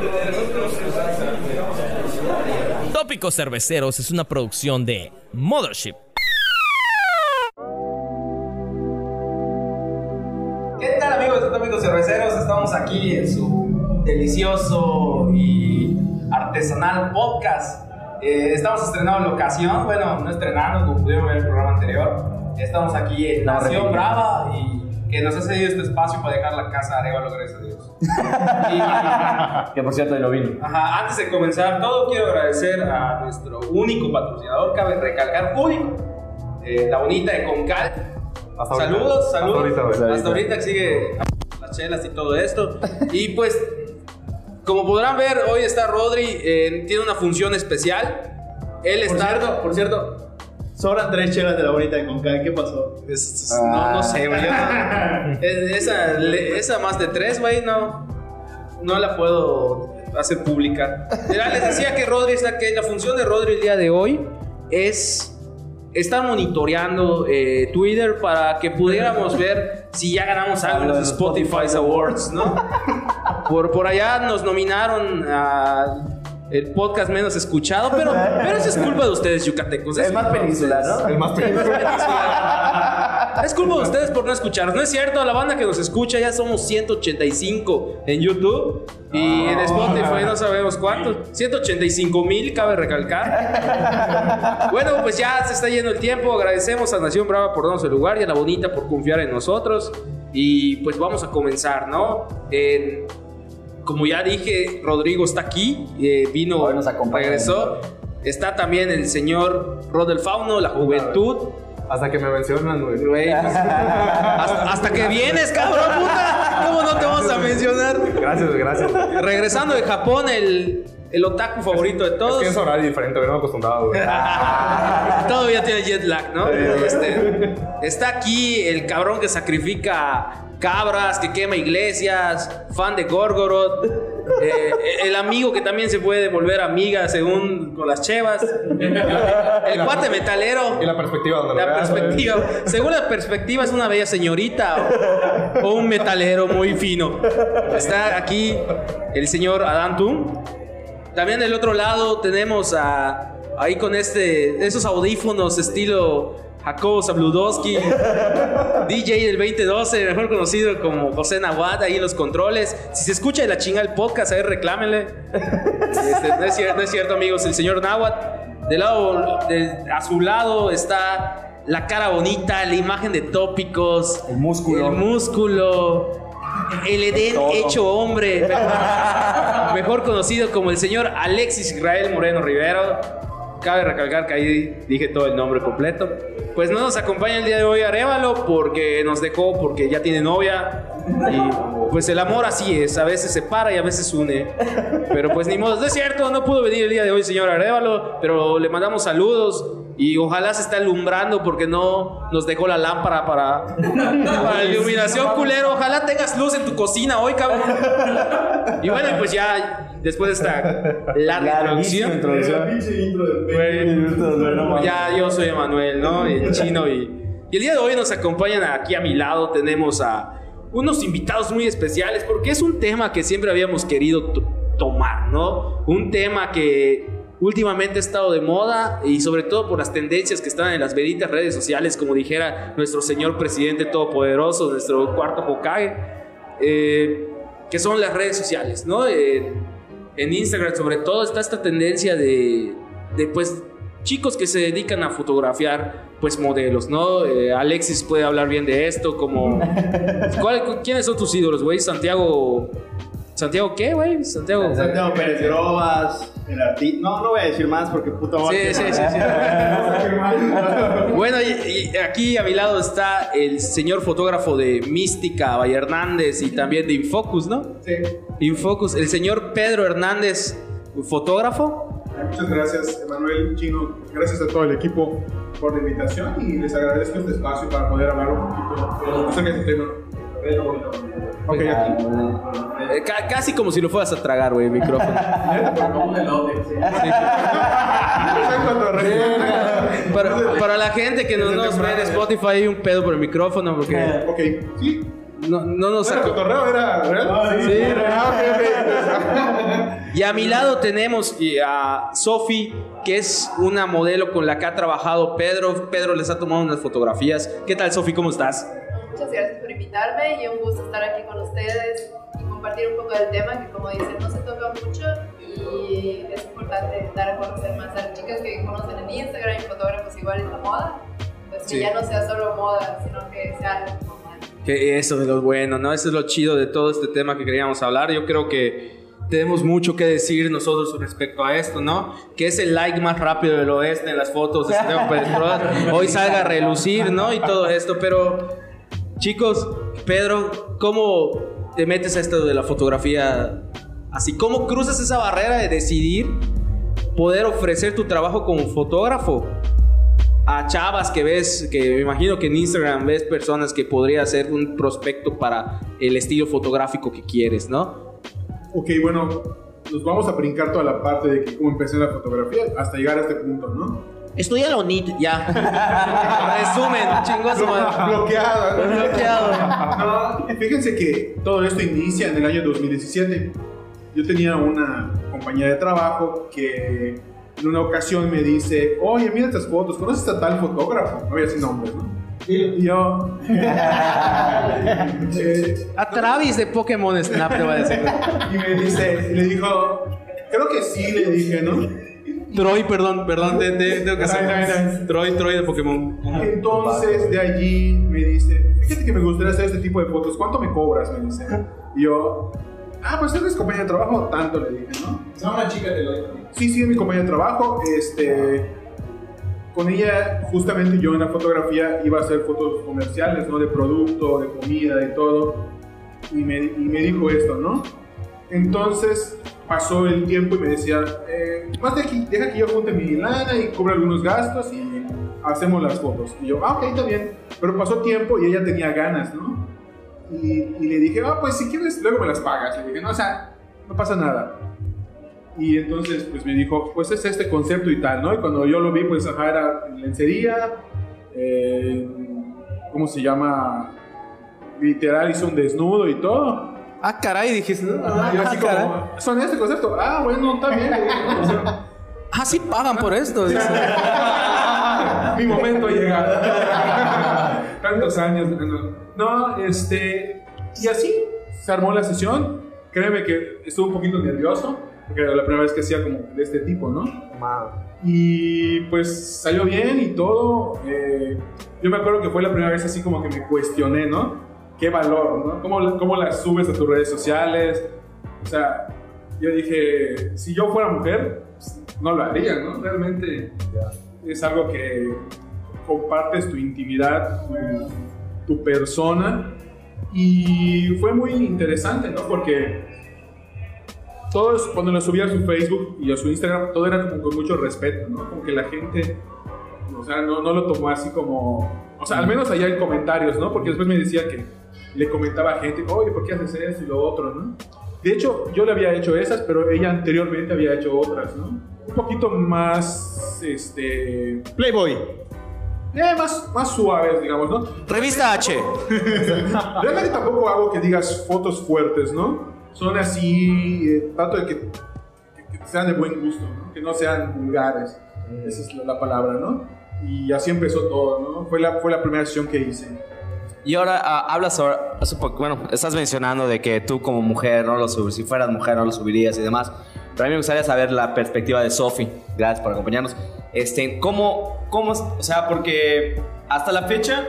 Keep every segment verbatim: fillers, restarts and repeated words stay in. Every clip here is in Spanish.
Tópicos Cerveceros es una producción de Mothership. ¿Qué tal, amigos de Tópicos Cerveceros? Estamos aquí en su delicioso y artesanal podcast. Eh, estamos estrenando locación, bueno, no estrenando, como pudieron ver el programa anterior. Estamos aquí en Nación Brava y que nos ha cedido este espacio para dejar la casa Arevalo, gracias a Dios. Y, que por cierto, lo vino. Ajá, antes de comenzar todo, quiero agradecer a nuestro único patrocinador, cabe recalcar, único, eh, la bonita de Concal. Hasta saludos, ahorita. saludos. Hasta ahorita, hasta ahorita que sigue las chelas y todo esto. Y pues, como podrán ver, hoy está Rodri, eh, tiene una función especial. Él Por está. cierto, por cierto. Sobran tres chelas de la bonita de Concal, ¿qué pasó? Es, es, no, no sé, güey. No, es, esa, esa más de tres, güey, no, no la puedo hacer pública. Mira, les decía que Rodri está, que la función de Rodri el día de hoy es estar monitoreando eh, Twitter para que pudiéramos ver si ya ganamos algo en los Spotify Awards, ¿no? Por, por allá nos nominaron a el podcast menos escuchado, pero, pero eso es culpa de ustedes, yucatecos. Es, es más península, ¿no? El más península. Es culpa de ustedes por no escucharnos. No es cierto, la banda que nos escucha ya somos ciento ochenta y cinco en YouTube y oh, en Spotify no sabemos cuántos. ciento ochenta y cinco mil, cabe recalcar. Bueno, pues ya se está yendo el tiempo. Agradecemos a Nación Brava por darnos el lugar y a La Bonita por confiar en nosotros. Y pues vamos a comenzar, ¿no? En... Como ya dije, Rodrigo está aquí, eh, vino, regresó. Está también el señor Rod el Fauno, la juventud. Hasta que me mencionan, güey. Güey, pues, hasta, hasta que vienes, cabrón, puta. ¿Cómo no te vamos a mencionar? Gracias, gracias. Regresando de Japón, el, el otaku favorito de todos. Es que es horario diferente, no me he acostumbrado, güey. Todavía tiene jet lag, ¿no? Este, está aquí el cabrón que sacrifica cabras, que quema iglesias, fan de Gorgoroth, eh, el amigo que también se puede volver amiga según con las chevas, el cuate metalero. Y la perspectiva donde la lo veas, perspectiva, wey. Según la perspectiva es una bella señorita o, o un metalero muy fino. Está aquí el señor Adam Tum. También del otro lado tenemos a ahí con este esos audífonos estilo Jacobo Zabludowski, D J del veinte doce, mejor conocido como José Nahuat, ahí en los controles. Si se escucha de la chinga el podcast, a ver, reclámenle. Este, no, es cierto, no es cierto, amigos, el señor Nahuat. Del lado, de, a su lado está la cara bonita, la imagen de Tópicos, el músculo, el músculo, el Edén todo hecho hombre, mejor, mejor conocido como el señor Alexis Israel Moreno Rivero. Cabe recalcar que ahí dije todo el nombre completo. Pues no nos acompaña el día de hoy Arevalo porque nos dejó, porque ya tiene novia. Y pues el amor así es, a veces separa y a veces une. Pero pues ni modo, no es cierto, no pudo venir el día de hoy señor Arevalo, pero le mandamos saludos y ojalá se esté alumbrando porque no nos dejó la lámpara para, para iluminación, culero. Ojalá tengas luz en tu cocina hoy, cabrón. Y bueno, pues ya después de esta larga introducción, introducción ya yo soy Emanuel, ¿no? El chino y, y el día de hoy nos acompañan aquí a mi lado, tenemos a unos invitados muy especiales porque es un tema que siempre habíamos querido to- tomar, ¿no? Un tema que últimamente ha estado de moda y sobre todo por las tendencias que están en las benditas redes sociales, como dijera nuestro señor presidente todopoderoso, nuestro cuarto Hokage, eh, que son las redes sociales, ¿no? Eh, en Instagram sobre todo está esta tendencia de, de pues chicos que se dedican a fotografiar pues modelos, ¿no? Eh, Alexis puede hablar bien de esto, como ¿cuál, ¿quiénes son tus ídolos, güey? Santiago ¿Santiago qué, güey? Santiago Santiago Pérez Grobas, el artista. No, no voy a decir más porque puta madre. Sí, sí, sí, sí. Bueno, y, y aquí a mi lado está el señor fotógrafo de Mística, Valle Hernández, y también de Infocus, ¿no? Sí. Infocus, el señor Pedro Hernández, fotógrafo. Muchas gracias, Emanuel, Chino. Gracias a todo el equipo por la invitación y les agradezco este espacio para poder hablar un poquito acerca de este tema. Ok, aquí. Eh, ca- casi como si lo fueras a tragar, güey, el micrófono. para, para la gente que no nos ve de Spotify hay un pedo por el micrófono porque Ok, sí. no, no nos ¿El sacó. cotorreo era real? Sí, Ah, ok, ok. Y a mi lado tenemos a Sofi, que es una modelo con la que ha trabajado Pedro. Pedro les ha tomado unas fotografías. ¿Qué tal, Sofi? ¿Cómo estás? Muchas gracias por invitarme y un gusto estar aquí con ustedes y compartir un poco del tema que, como dicen, no se toca mucho y es importante dar a conocer más a las chicas que conocen en Instagram y fotógrafos igual en la moda, pues que Sí. ya no sea solo moda, sino que sea algo normal. Que eso es lo bueno, ¿no? Eso es lo chido de todo este tema que queríamos hablar. Yo creo que tenemos mucho que decir nosotros respecto a esto, ¿no? Que es el like más rápido del oeste en las fotos de Santiago Pérez Prodas. Hoy salga a relucir, ¿no? Y todo esto, pero chicos, Pedro, ¿cómo te metes a esto de la fotografía así? ¿Cómo cruzas esa barrera de decidir poder ofrecer tu trabajo como fotógrafo a chavas que ves, que me imagino que en Instagram ves personas que podría ser un prospecto para el estilo fotográfico que quieres, ¿no? Ok, bueno, nos vamos a brincar toda la parte de que cómo empecé en la fotografía hasta llegar a este punto, ¿no? Estudia la U N I T, ya. Resumen, chingoso, man. Bloqueado. Bloqueado. No, fíjense que todo esto inicia en el año dos mil diecisiete. Yo tenía una compañera de trabajo que en una ocasión me dice, oye, mira estas fotos, ¿conoces a tal fotógrafo? No voy a decir nombres, ¿no? Y yo... eh, A Travis de Pokémon Snap te va a decir. y me dice, y le dijo, creo que sí, le dije, ¿no? Troy, perdón, perdón, te- te- tengo que hacer. Troy, Troy de Pokémon. Entonces de allí me dice, fíjate que me gustaría hacer este tipo de fotos, ¿cuánto me cobras? Me dice. Y yo, ah, pues eres compañía de trabajo, tanto le dije, ¿no? No, una chica te lo dijo. Sí, sí, es mi compañía de trabajo. Este, con ella, justamente yo en la fotografía iba a hacer fotos comerciales, ¿no? De producto, de comida y todo. Y me, y me dijo esto, ¿no? Entonces pasó el tiempo y me decía, eh, más de aquí, deja que yo junte mi lana y cobre algunos gastos y hacemos las fotos. Y yo, ah, ok, está bien. Pero pasó tiempo y ella tenía ganas, ¿no? Y, y le dije, ah, pues si quieres, luego me las pagas. Le dije, no, o sea, no pasa nada. Y entonces, pues me dijo, pues es este concepto y tal, ¿no? Y cuando yo lo vi, pues, ajá, era en lencería, eh, ¿cómo se llama? Literal, hizo un desnudo y todo. Ah, caray, dijiste. ¿No? Ah, yo así como, son este concepto. Ah, bueno, está bien. O sea, Ah, sí pagan por esto. Dice. mi momento llega. Tantos años. No, este... Y así se armó la sesión. Créeme que estuve un poquito nervioso, porque era la primera vez que hacía como de este tipo, ¿no? Y pues salió bien y todo. Eh, yo me acuerdo que fue la primera vez así como que me cuestioné, ¿no? ¿Qué valor, no? ¿Cómo, cómo las subes a tus redes sociales? O sea, yo dije, si yo fuera mujer, pues, no lo haría, ¿no? Realmente es algo que compartes tu intimidad, tu, tu persona. Y fue muy interesante, ¿no? Porque todos, cuando lo subía a su Facebook y a su Instagram, todo era como con mucho respeto, ¿no? Como que la gente, o sea, no, no lo tomó así como... O sea, al menos allá en comentarios, ¿no? Porque después me decía que le comentaba a gente, oye, ¿por qué haces eso y lo otro, no? De hecho, yo le había hecho esas, pero ella anteriormente había hecho otras, ¿no? Un poquito más, este... Playboy. Eh, más, más suaves, digamos, ¿no? Revista H. Realmente tampoco hago que digas fotos fuertes, ¿no? Son así, eh, trato de que, que, que sean de buen gusto, ¿no? Que no sean vulgares. Esa es la, la palabra, ¿no? Y así empezó todo, ¿no? Fue la, fue la primera sesión que hice. Y ahora ah, hablas ahora, bueno, estás mencionando de que tú como mujer no lo subes, si fueras mujer no lo subirías y demás. Pero a mí me gustaría saber la perspectiva de Sofi. Gracias por acompañarnos. Este, ¿cómo, cómo, o sea, porque hasta la fecha,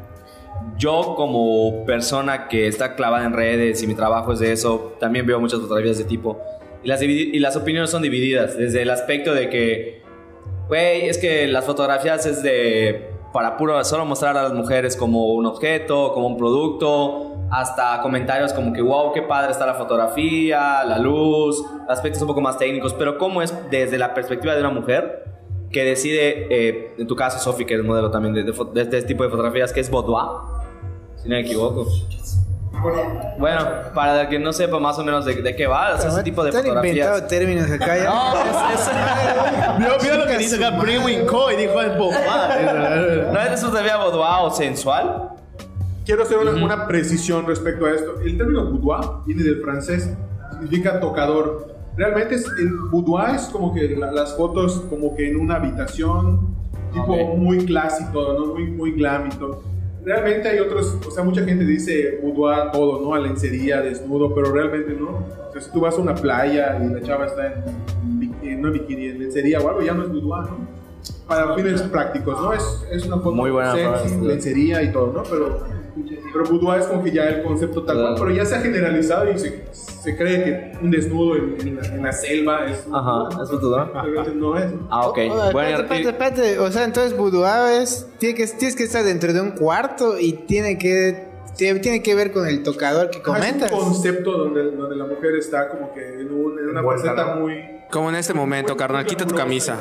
yo como persona que está clavada en redes y mi trabajo es de eso, también veo muchas fotografías de tipo. Y las, y las opiniones son divididas, desde el aspecto de que, güey, es que las fotografías es de... para puro solo mostrar a las mujeres como un objeto, como un producto, hasta comentarios como que wow, qué padre está la fotografía, la luz, aspectos un poco más técnicos, pero cómo es desde la perspectiva de una mujer que decide, eh, en tu caso Sofi, que eres modelo también de, de, de, de este tipo de fotografías, que es boudoir, si no me equivoco. Bueno, para el que no sepa más o menos de, de qué va, o sea, ese tipo de Están fotografías. inventado términos acá ya. No, es, es, Vio, vio lo que dice acá, Primo Co. y dijo el popá. ¿no es de su fotografía boudoir o sensual? Quiero hacer una, una precisión respecto a esto. El término boudoir viene del francés, significa tocador. realmente es, en boudoir es como que la- las fotos como que en una habitación, tipo Ok. muy clásico, ¿no? Muy, muy glam y todo. Realmente hay otros, o sea, mucha gente dice boudoir todo, ¿no? A lencería, desnudo, pero realmente no. O sea, si tú vas a una playa y la chava está en, en, en no en bikini, en lencería o algo, ya no es boudoir, ¿no? Para fines prácticos, ¿no? Es, es una foto Muy buena sexy, frase. lencería y todo, ¿no? Pero, pero boudoir es como que ya el concepto tal cual, Claro. pero ya se ha generalizado y se, se cree que un desnudo en, en, la, en la selva es... Ajá, es boudoir. Realmente no es, ¿no? Ah, ok. Oh, oh, Bueno, espérate, y- espérate, espérate. O sea, entonces boudoir es, tiene que, tienes que estar dentro de un cuarto y tiene que, tiene, tiene que ver con el tocador que Ah, comentas. es un concepto donde, donde la mujer está como que en, un- en una Envuelta, faceta ¿no? muy... Como en este momento, carnal, quita tu camisa.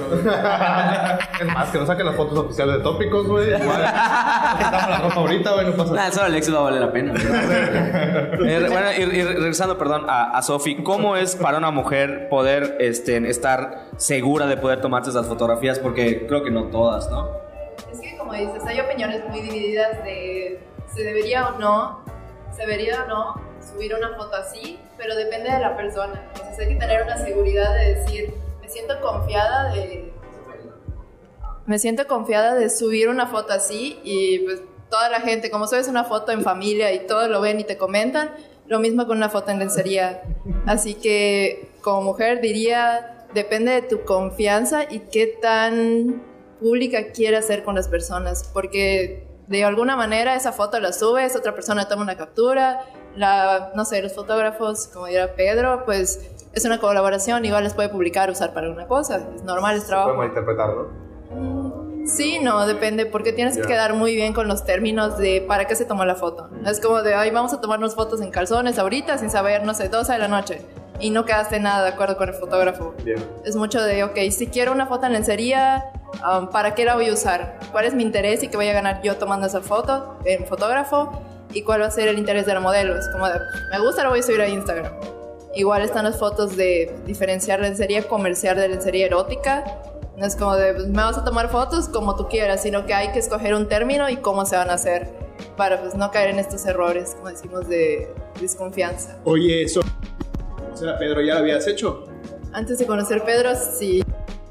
Es más, que no saquen las fotos oficiales de tópicos, güey. Igual. Quitamos la ropa ahorita, güey, no pasa nada. Nah, solo Alexis va a valer la pena. Eh, bueno, y, y regresando, perdón, a, a Sofi, ¿cómo es para una mujer poder este, estar segura de poder tomarse esas fotografías? Porque creo que no todas, ¿no? Es que como dices, hay opiniones muy divididas de se debería o no, se debería o no subir una foto así, pero depende de la persona. Entonces hay que tener una seguridad de decir, me siento confiada de... Me siento confiada de subir una foto así y pues toda la gente, como subes una foto en familia y todos lo ven y te comentan, lo mismo con una foto en lencería. Así que como mujer diría, depende de tu confianza y qué tan pública quieras ser con las personas, porque de alguna manera esa foto la subes, otra persona toma una captura, la, no sé, los fotógrafos, como dirá Pedro, pues es una colaboración, igual les puede publicar, usar para una cosa, es normal, es trabajo. Podemos interpretar, ¿no? Sí, no, depende, porque tienes que Ya. quedar muy bien con los términos de para qué se tomó la foto. Es como de, ay, vamos a tomarnos fotos en calzones ahorita sin saber, no sé, doce de la noche. Y no quedaste nada de acuerdo con el fotógrafo. Bien. Es mucho de, ok, si quiero una foto en lencería, um, ¿para qué la voy a usar? ¿Cuál es mi interés y qué voy a ganar yo tomando esa foto en fotógrafo? ¿Y cuál va a ser el interés de la modelo? Es como de, me gusta, la voy a subir a Instagram. Igual están las fotos de diferenciar lencería comercial de lencería erótica. No es como de, pues, me vas a tomar fotos como tú quieras, sino que hay que escoger un término y cómo se van a hacer para pues, no caer en estos errores, como decimos, de desconfianza. Oye, eso. O sea, Pedro, ¿ya lo habías hecho? Antes de conocer Pedro, sí,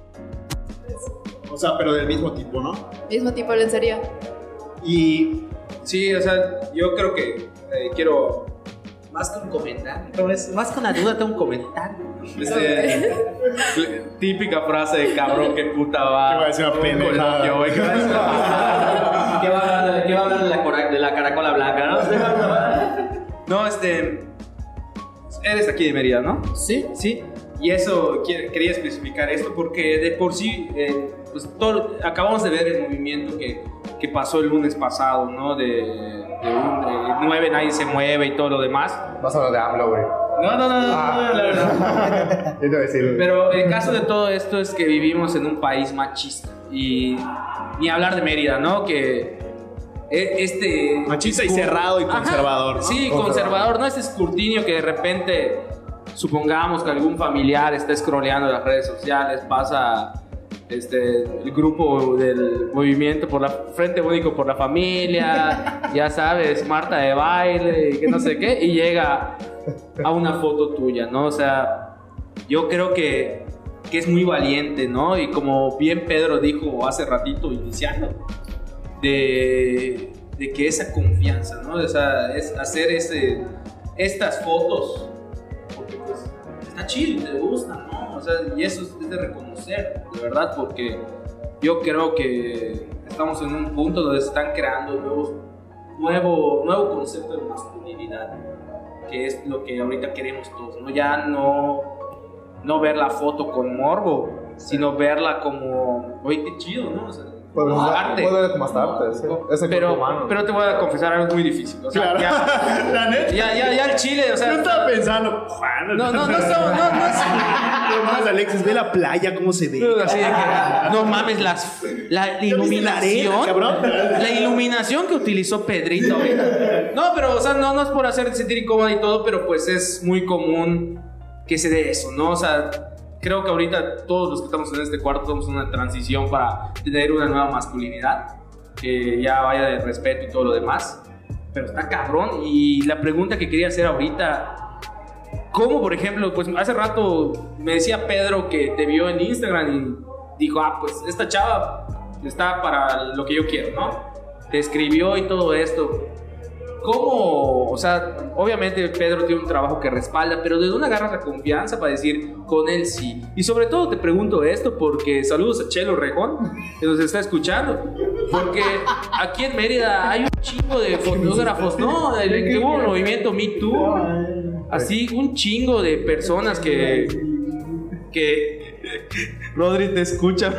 O sea, pero del mismo tipo, ¿no? mismo tipo de lencería. Y Sí, o sea, yo creo que eh, quiero más que un comentario, ¿cómo es? Más que una duda, tengo un comentario. Este, típica frase de cabrón, que puta va. Que va a decir una un pendejada. coloquio, güey, que va a decir una pendejada. ¿Qué va a hablar de, qué va a hablar de, la, cora- de la caracola blanca, no? No, este. Eres aquí de Mérida, ¿no? Sí. Sí. Y eso, quiere- quería especificar esto porque de por sí, eh, pues todo, acabamos de ver el movimiento que, que pasó el lunes pasado, ¿no? De, de un de nueve, nadie se mueve y todo lo demás. Vas a hablar de AMLO, güey. No, no, no, no, no, la verdad. ¿Qué te voy a decir? Pero el caso de todo esto es que vivimos en un país machista. Y ni hablar de Mérida, ¿no? Que e- este... machista y cerrado y Ajá, conservador, ¿no? Sí, Conservador. conservador, ¿no? Este escrutinio que de repente, supongamos que algún familiar está scrolleando las redes sociales, pasa este, el grupo del movimiento por la Frente Único por la Familia, ya sabes, Marta de baile, y que no sé qué, y llega a una foto tuya, ¿no? O sea, yo creo que, que es muy valiente, ¿no? Y como bien Pedro dijo hace ratito, iniciando, de, de que esa confianza, ¿no? O sea, es hacer ese, estas fotos, porque pues está chido, te gusta, ¿no? O sea, y eso es de reconocer, de verdad, porque yo creo que estamos en un punto donde se están creando nuevos, nuevo, nuevo concepto de masculinidad, que es lo que ahorita queremos todos, ¿no? Ya no, no ver la foto con morbo, sino verla como, oye, qué chido, ¿no? O sea, Pues, como arte. Puede ver como hasta arte, sí. Es el Pero, cuerpo humano. pero te voy a confesar algo muy difícil. O sea, Claro. ya, La neta. ya, ya, ya el chile, o sea. Yo estaba pensando, Juan, No, no, no, somos- no, no, es- no mames, Alexis, ve la playa, cómo se ve. Así de que, no mames, las, la ¿Ya viste la iluminación. arena, cabrón? La iluminación que utilizó Pedrito ahorita. No, pero, o sea, no, no es por hacer sentir incómoda y todo, pero pues es muy común que se dé eso, ¿no? O sea, creo que ahorita todos los que estamos en este cuarto estamos en una transición para tener una nueva masculinidad, que ya vaya de respeto y todo lo demás. Pero está cabrón. Y la pregunta que quería hacer ahorita, ¿Cómo, por ejemplo? Pues hace rato me decía Pedro que te vio en Instagram y dijo, ah, pues esta chava está para lo que yo quiero, ¿no? Te escribió y todo esto. ¿Cómo? O sea, obviamente Pedro tiene un trabajo que respalda, pero ¿de dónde agarras la confianza para decir con él sí? Y sobre todo te pregunto esto porque saludos a Chelo Rejón, que nos está escuchando. Porque aquí en Mérida hay un chingo de fotógrafos, ¿no? El que hubo un movimiento Me Too. Así, un chingo de personas que... que... Rodri, te escucha.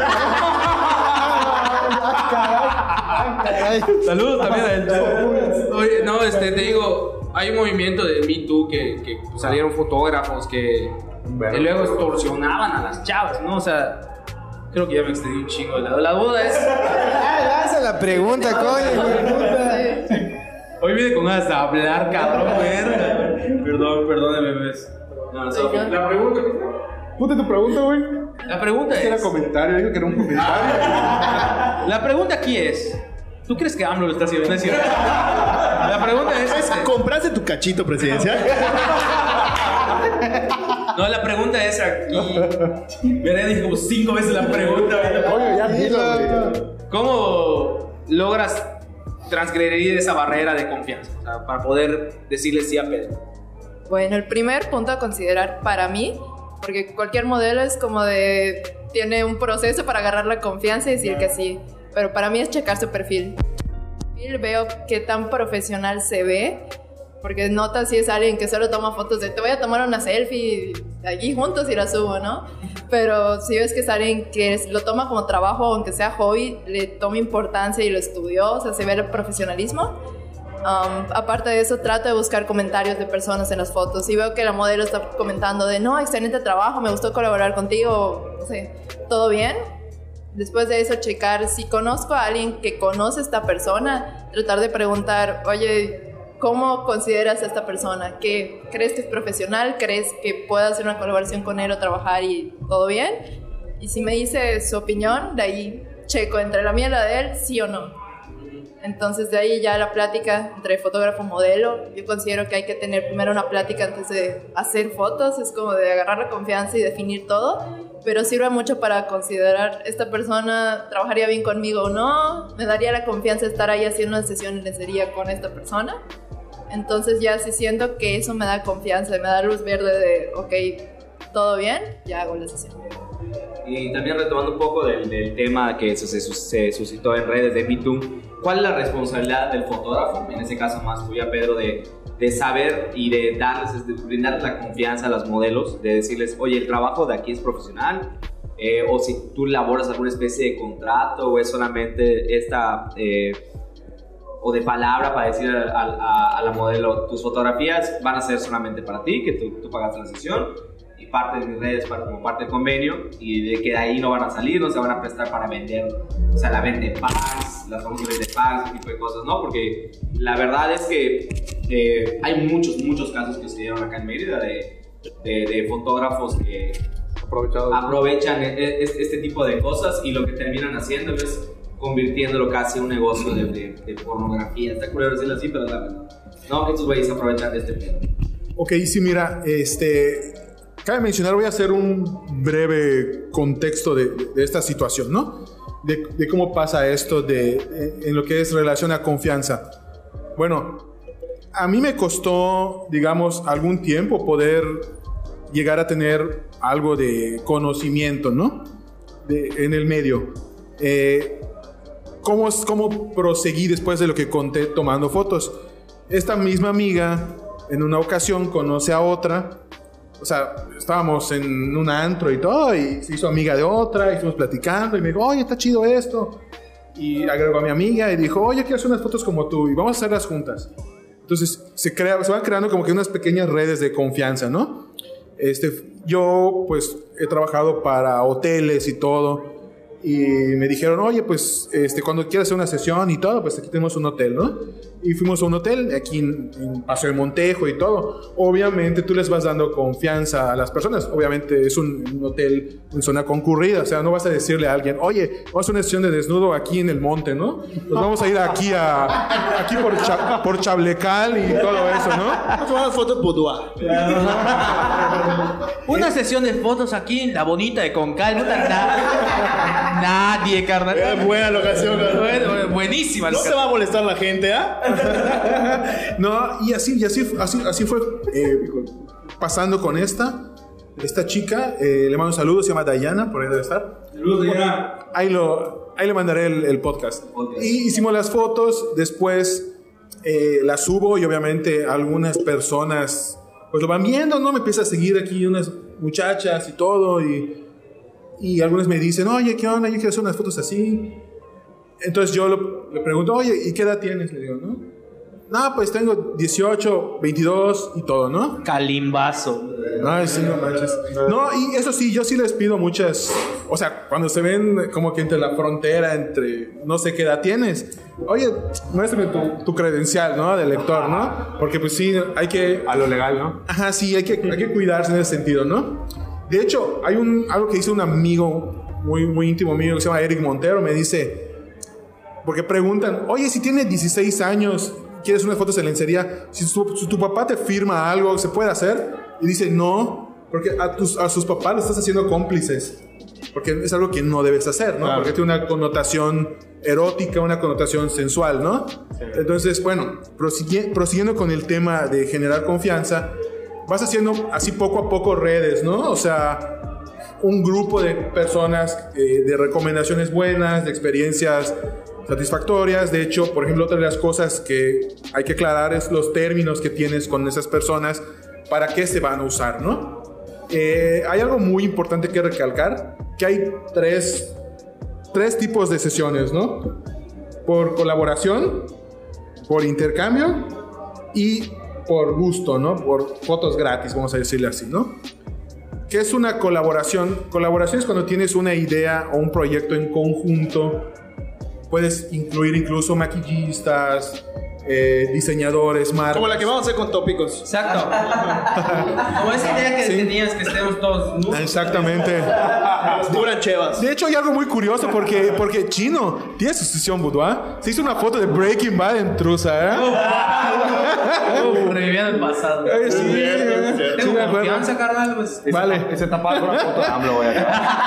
Saludos también a él. Oye, no, este, te digo, hay un movimiento de Me Too que, que salieron fotógrafos que, que luego extorsionaban a las chavas, ¿no? O sea, creo que ya me extendí un chingo de lado. La duda es... Haz la pregunta, coño. Hoy viene con ganas de hablar, cabrón, verga. Perdón, perdóname, bebés. No, Sofi. La pregunta. Puta tu pregunta, güey. La pregunta es... Era comentario, dijo que era un comentario. La pregunta aquí es... ¿Tú crees que AMLO lo está haciendo? ¿No es cierto? La pregunta es... Este... ¿Compraste tu cachito presidencial? No, la pregunta es aquí... Me dije como cinco veces la pregunta. Oye, ya dilo, güey. ¿Cómo logras transgredir esa barrera de confianza? O sea, para poder decirle sí a Pedro. Bueno, el primer punto a considerar para mí, porque cualquier modelo es como de... tiene un proceso para agarrar la confianza y decir que sí. Pero para mí es checar su perfil. Veo qué tan profesional se ve, porque notas si es alguien que solo toma fotos de te voy a tomar una selfie allí juntos y la subo, ¿no? Pero si ves que es alguien que lo toma como trabajo, aunque sea hobby, le toma importancia y lo estudió, o sea, se ve el profesionalismo. Um, aparte de eso, trato de buscar comentarios de personas en las fotos. Si veo que la modelo está comentando de no, excelente trabajo, me gustó colaborar contigo, no sé, ¿todo bien? Después de eso, checar si conozco a alguien que conoce a esta persona, tratar de preguntar, oye, ¿cómo consideras a esta persona? ¿Qué, ¿Crees que es profesional? ¿Crees que puedo hacer una colaboración con él o trabajar y todo bien? Y si me dice su opinión, de ahí checo entre la mía y la de él, sí o no. Entonces de ahí ya la plática entre fotógrafo y modelo. Yo considero que hay que tener primero una plática antes de hacer fotos, es como de agarrar la confianza y definir todo, pero sirve mucho para considerar, esta persona trabajaría bien conmigo o no, me daría la confianza de estar ahí haciendo una sesión en lencería con esta persona. Entonces ya si siento que eso me da confianza, me da luz verde de ok, todo bien, ya hago la sesión. Y también retomando un poco del, del tema que se, se, se suscitó en redes de Me Too, ¿cuál es la responsabilidad del fotógrafo, en ese caso más tuya, Pedro, de, de saber y de darles, de brindarles la confianza a las modelos, de decirles, oye, el trabajo de aquí es profesional, eh, o si tú elaboras alguna especie de contrato, o es solamente esta, eh, o de palabra para decir a, a, a la modelo, tus fotografías van a ser solamente para ti, que tú, tú pagaste la sesión, y parte de mis redes para, como parte del convenio, y de que de ahí no van a salir, no se van a prestar para vender, o sea, la venta de packs, las famosas de packs, ese tipo de cosas, ¿no? Porque la verdad es que eh, hay muchos, muchos casos que se dieron acá en Mérida de, de, de fotógrafos que aprovechan este, este tipo de cosas y lo que terminan haciendo es convirtiéndolo casi en un negocio de, de, de pornografía. Está curioso decirlo así, pero la verdad, no, que estos güeyes aprovechan de este pedo. Ok, sí, mira, este... cabe mencionar, voy a hacer un breve contexto de, de, de esta situación, ¿no? De, de cómo pasa esto de, en lo que es relación a confianza. Bueno, a mí me costó, digamos, algún tiempo poder llegar a tener algo de conocimiento, ¿no? De, en el medio. Eh, ¿cómo, ¿Cómo proseguí después de lo que conté tomando fotos? Esta misma amiga, en una ocasión, conoce a otra. O sea, estábamos en un antro y todo, y se hizo amiga de otra, y estuvimos platicando, y me dijo, oye, está chido esto. Y agregó a mi amiga y dijo, oye, quiero hacer unas fotos como tú, y vamos a hacerlas juntas. Entonces, se, crea, se van creando como que unas pequeñas redes de confianza, ¿no? Este, yo, pues, he trabajado para hoteles y todo, y me dijeron, oye, pues, este, cuando quieras hacer una sesión y todo, pues aquí tenemos un hotel, ¿no? y fuimos a un hotel aquí en, en Paseo de Montejo y todo. Obviamente tú les vas dando confianza a las personas. Obviamente es un, un hotel en zona concurrida, o sea, no vas a decirle a alguien, oye, vamos a una sesión de desnudo aquí en el monte, ¿no? Nos vamos a ir aquí a aquí por, Cha, por Chablecal y todo eso, ¿no? Vamos a tomar fotos boudoir. Una sesión de fotos aquí en la bonita de Concal. No tan na- nadie, carnal. Es buena locación, carnal. Bueno, buenísima No se locación. va a molestar la gente, ¿ah? No, y así, y así, así, así fue eh, pasando con esta, esta chica. Eh, le mando un saludo, se llama Dayana, por ahí debe estar. Saludos, Dayana. Ahí, lo, ahí le mandaré el, el podcast. Y hicimos las fotos, después eh, las subo y obviamente algunas personas pues lo van viendo, ¿no? Me empieza a seguir aquí unas muchachas y todo y, y algunas me dicen, oye, ¿qué onda? Yo quiero hacer unas fotos así. Entonces yo lo, le pregunto, oye, ¿y qué edad tienes? Le digo, ¿no? No, pues tengo dieciocho, veintidós y todo, ¿no? Calimbazo. Ay, sí, no manches. No, y eso sí, yo sí les pido muchas. O sea, cuando se ven como que entre la frontera, entre no sé qué edad tienes. Oye, muéstrame tu, tu credencial, ¿no? De lector, ¿no? Porque pues sí, hay que. A lo legal, ¿no? Ajá, sí, hay que, hay que cuidarse en ese sentido, ¿no? De hecho, hay un, algo que dice un amigo muy, muy íntimo mío que se llama Eric Montero. Me dice. Porque preguntan, oye, si tienes dieciséis años, quieres unas fotos de lencería, si tu, si tu papá te firma algo, ¿se puede hacer? Y dice, no, porque a, tus, a sus papás los estás haciendo cómplices. Porque es algo que no debes hacer, ¿no? Claro. Porque tiene una connotación erótica, una connotación sensual, ¿no? Sí. Entonces, bueno, prosigue, prosiguiendo con el tema de generar confianza, vas haciendo así poco a poco redes, ¿no? O sea, un grupo de personas, eh, de recomendaciones buenas, de experiencias satisfactorias. De hecho, por ejemplo, otra de las cosas que hay que aclarar es los términos que tienes con esas personas, para qué se van a usar, ¿no? Eh, hay algo muy importante que recalcar, que hay tres, tres tipos de sesiones, ¿no? Por colaboración, por intercambio y por gusto, ¿no? Por fotos gratis, vamos a decirle así, ¿no? ¿Qué es una colaboración? Colaboración es cuando tienes una idea o un proyecto en conjunto. Puedes incluir incluso maquillistas, eh, diseñadores, marcas. Como la que vamos a hacer con tópicos. Exacto. Como esa idea que Sí. tenías que estemos todos nudos. Exactamente. Duran chevas. De hecho, hay algo muy curioso porque, porque Chino tiene su sesión boudoir. Se hizo una foto de Breaking Bad en trusa, ¿eh? Uf, reviviendo el pasado. Ay, sí, cierto, es sí, cierto. Tengo me acuerdo. confianza, carnal. Pues. Vale. Ese tapado con una foto de AMLO, voy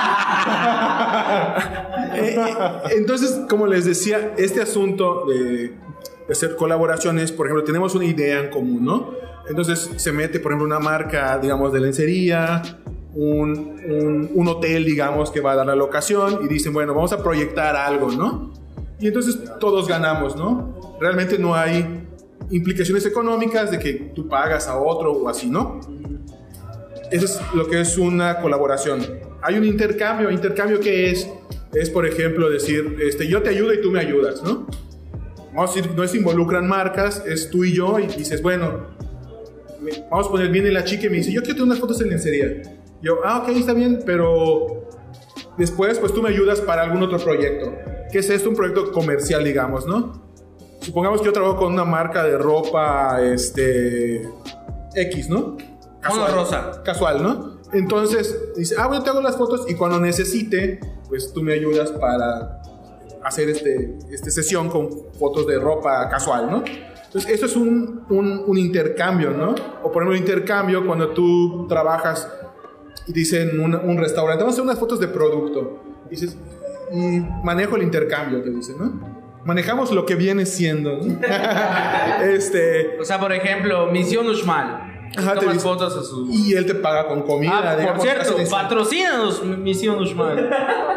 Eh, eh, entonces, como les decía, este asunto de, de hacer colaboraciones, por ejemplo, tenemos una idea en común, ¿no? Entonces se mete, por ejemplo, una marca, digamos, de lencería, un, un, un hotel, digamos, que va a dar la locación y dicen, bueno, vamos a proyectar algo, ¿no? Y entonces todos ganamos, ¿no? Realmente no hay implicaciones económicas de que tú pagas a otro o así, ¿no? Eso es lo que es una colaboración. Hay un intercambio. ¿Intercambio qué es? Es, por ejemplo, decir, este, yo te ayudo y tú me ayudas, ¿no? Vamos a decir, no se involucran marcas, es tú y yo, y dices, bueno, vamos a poner bien en la chica y me dice, yo quiero tener unas fotos en lencería. Yo, ah, ok, está bien, pero después, pues tú me ayudas para algún otro proyecto. ¿Qué es esto? Un proyecto comercial, digamos, ¿no? Supongamos que yo trabajo con una marca de ropa, este, X, ¿no? Mono rosa. Casual, ¿no? Entonces, dice, ah, bueno, te hago las fotos y cuando necesite, pues tú me ayudas para hacer este, este sesión con fotos de ropa casual, ¿no? Entonces, esto es un, un, un intercambio, ¿no? O por ejemplo, un intercambio cuando tú trabajas y dicen un, un restaurante, vamos a hacer unas fotos de producto. Dices, y manejo el intercambio, te dicen, ¿no? Manejamos lo que viene siendo, ¿no? este... O sea, por ejemplo, Misión Uxmal. Ajá, te Tomas dice- fotos a su... Y él te paga con comida, Ah, por digamos, cierto, hacen eso. patrocínanos Misión Uxmal.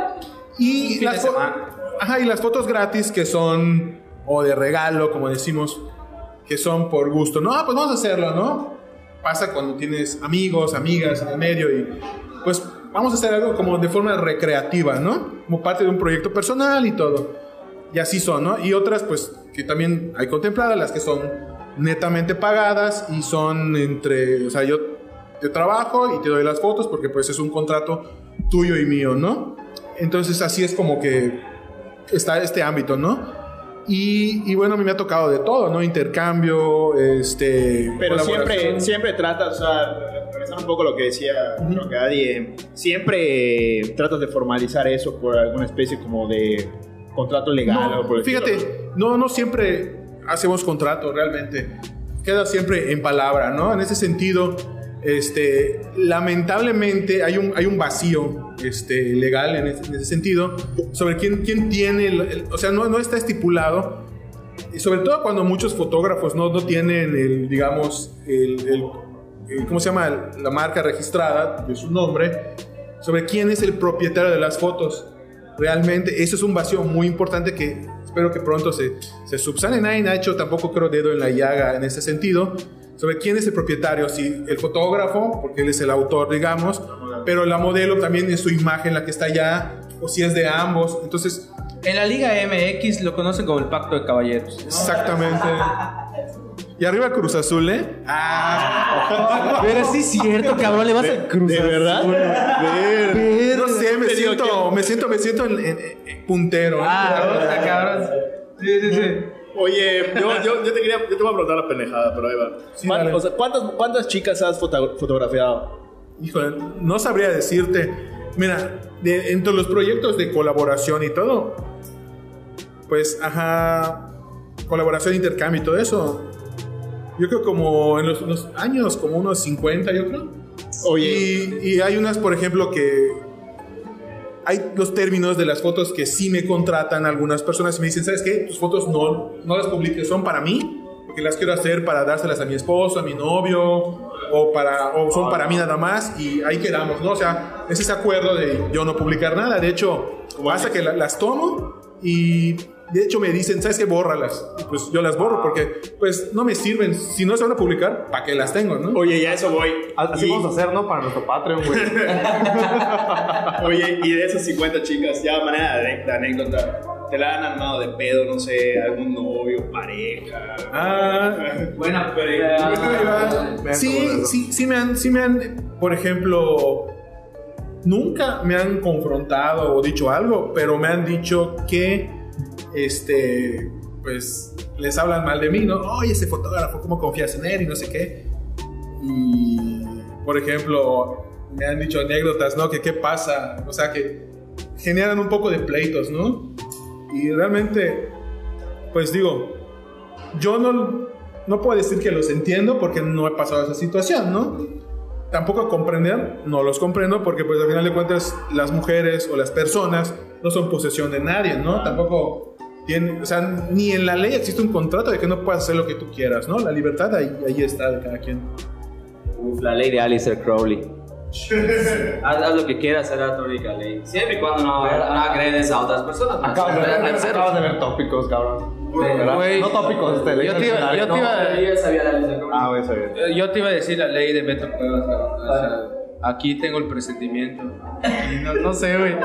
Y fin las, de fo- semana. Ajá, y las fotos gratis que son, o de regalo, como decimos, que son por gusto. No, pues vamos a hacerlo, ¿no? Pasa cuando tienes amigos, amigas en el medio y pues vamos a hacer algo como de forma recreativa, ¿no? Como parte de un proyecto personal y todo. Y así son, ¿no? Y otras, pues, que también hay contempladas, las que son netamente pagadas y son entre, o sea, yo te trabajo y te doy las fotos porque pues es un contrato tuyo y mío, ¿no? Entonces así es como que está este ámbito, ¿no? Y, y bueno, a mí me ha tocado de todo, ¿no? Intercambio, este... Pero siempre, colaboración. siempre tratas, o sea, regresando un poco a lo que decía, creo que Adi, eh, siempre tratas de formalizar eso por alguna especie como de contrato legal o por No, el fíjate, estilo. no, no siempre hacemos contrato realmente. Queda siempre en palabra, ¿no? En ese sentido, este, lamentablemente hay un, hay un vacío este, legal en ese, en ese sentido sobre quién, quién tiene, el, el, o sea, no, no está estipulado, y sobre todo cuando muchos fotógrafos no, no tienen el, digamos, el, el, el, ¿cómo se llama? La marca registrada de su nombre, sobre quién es el propietario de las fotos. Realmente, eso es un vacío muy importante que espero que pronto se, se subsane. Nadie ha hecho tampoco, creo, dedo en la llaga en ese sentido, sobre quién es el propietario, si el fotógrafo, porque él es el autor, digamos, pero la modelo también es su imagen la que está allá, o si es de ambos. Entonces, En la Liga M X lo conocen como el Pacto de Caballeros. exactamente. Y arriba Cruz Azul, ¿eh? Pero sí es cierto, cabrón, le vas al Cruz ¿De verdad? Ver. No sé, me Te digo siento, me siento, me siento en, en- en puntero. ¿eh? Ah, cabrón. Sí, sí, sí. Oye, yo, yo, yo te quería, yo te voy a preguntar la pendejada, pero ahí va. Sí, ¿Cuán- dale. o sea, ¿cuántas, ¿Cuántas chicas has foto- fotografiado? Híjole, no sabría decirte. Mira, de- entre los proyectos de colaboración y todo, pues, ajá, colaboración, intercambio y todo eso, yo creo como en los, los años, como unos cincuenta, yo creo. Oye, Y, y hay unas, por ejemplo, que hay los términos de las fotos que sí me contratan algunas personas y me dicen, ¿sabes qué? Tus fotos no, no las publiques, son para mí, porque las quiero hacer para dárselas a mi esposo, a mi novio, o, para, o son para mí nada más, y ahí quedamos, ¿no? O sea, es ese acuerdo de yo no publicar nada. De hecho, pasa que la- las tomo y de hecho me dicen, ¿sabes qué? Bórralas. Y pues yo las borro porque pues no me sirven. Si no se van a publicar, ¿para qué las tengo, no? oye, ya eso voy. Así Y- vamos a hacer, ¿no? Para nuestro Patreon, güey. Oye, y de esas cincuenta chicas, ya de manera de, de anécdota, ¿te la han armado de pedo, no sé, algún novio, pareja? Ah, Buena Sí, sí, sí me han, sí me han, por ejemplo, nunca me han confrontado o dicho algo, pero me han dicho que, este, pues, les hablan mal de mí, ¿no? Oye, ese fotógrafo, ¿cómo confías en él? Y no sé qué. Y, por ejemplo, me han dicho anécdotas, ¿no? Que qué pasa, o sea, que generan un poco de pleitos, ¿no? Y realmente, pues digo, yo no, no puedo decir que los entiendo porque no he pasado esa situación, ¿no? Tampoco comprender, no los comprendo porque pues al final de cuentas las mujeres o las personas no son posesión de nadie, ¿no? Tampoco tienen, o sea, ni en la ley existe un contrato de que no puedas hacer lo que tú quieras, ¿no? La libertad ahí, ahí está de cada quien. Uf, la ley de Alistair Crowley. haz, haz lo que quieras, será tu única ley. Siempre y cuando no, no agredes a otras personas. Acabas de, Al ver, cero. acabas de ver tópicos, cabrón. ¿Verdad? Güey, No tópicos, este, ley yo te iba- nacional. yo te No, iba- Yo ya sabía de Alistair Crowley. Ah, güey, está bien. Eh, Yo te iba a decir la ley de Beto Cuevas, cabrón. O sea, aquí tengo el presentimiento. Y No, no sé, güey.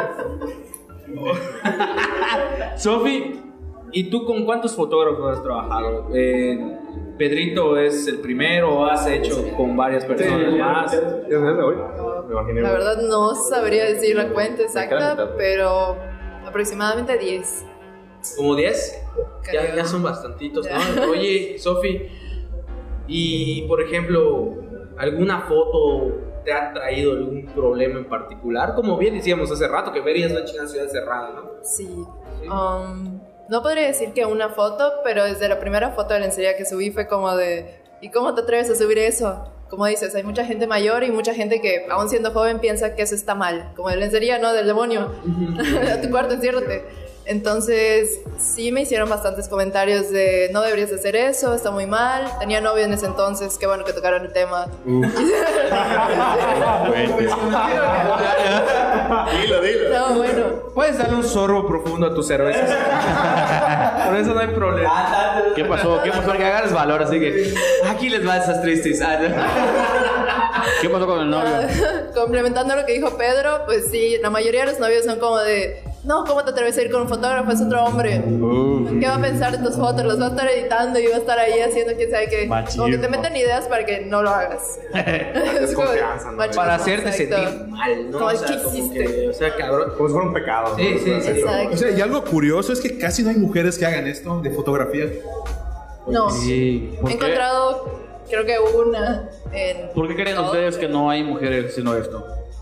Sofi, ¿y tú con cuántos fotógrafos has trabajado? Eh, ¿Pedrito es el primero o has hecho con varias personas más? ¿Ya sabes de hoy? Me imaginé. La güey. verdad no sabría decir la cuenta queda exacta, mitad. pero aproximadamente diez. ¿Como diez? Ya, Creo. ya son bastantitos, Ya. ¿no? Oye, Sofi, y por ejemplo, ¿alguna foto te ha traído algún problema en particular? Como bien decíamos hace rato, que verías la China ciudad cerrada, ¿no? Sí. Um, no podría decir que una foto, pero desde la primera foto de lencería que subí fue como de, ¿y cómo te atreves a subir eso? Como dices, hay mucha gente mayor y mucha gente que, aún siendo joven, piensa que eso está mal. Como de lencería, ¿no? Del demonio. A tu cuarto, enciérrate. Entonces, sí me hicieron bastantes comentarios de, no deberías hacer eso, está muy mal. Tenía novio en ese entonces, qué bueno que tocaron el tema. Dilo, dilo. No, bueno. Puedes darle un sorbo profundo a tus cervezas. Por eso no hay problema. ¿Qué pasó? ¿Qué pasó? Porque agarras valor, así que aquí les va esas tristes. Ah, no. ¿Qué pasó con el novio? Complementando lo que dijo Pedro, pues sí, la mayoría de los novios son como de, no, ¿cómo te atreves a ir con un fotógrafo? Es otro hombre. ¿Qué va a pensar de tus fotos? Los va a estar editando y va a estar ahí haciendo quién sabe qué. Machismo. Como que te meten ideas para que no lo hagas. Es como- Desconfianza, ¿no? machismo, Para hacerte exacto. sentir mal, ¿no? Como, O sea, ¿qué como hiciste? que, o sea, cabrón. Como si fuera un pecado. Sí, sí, sí. Exacto. O sea, y algo curioso es que casi no hay mujeres que hagan esto de fotografía. No. Sí. He encontrado, creo que una en... ¿Por qué creen ustedes que no hay mujeres haciendo esto?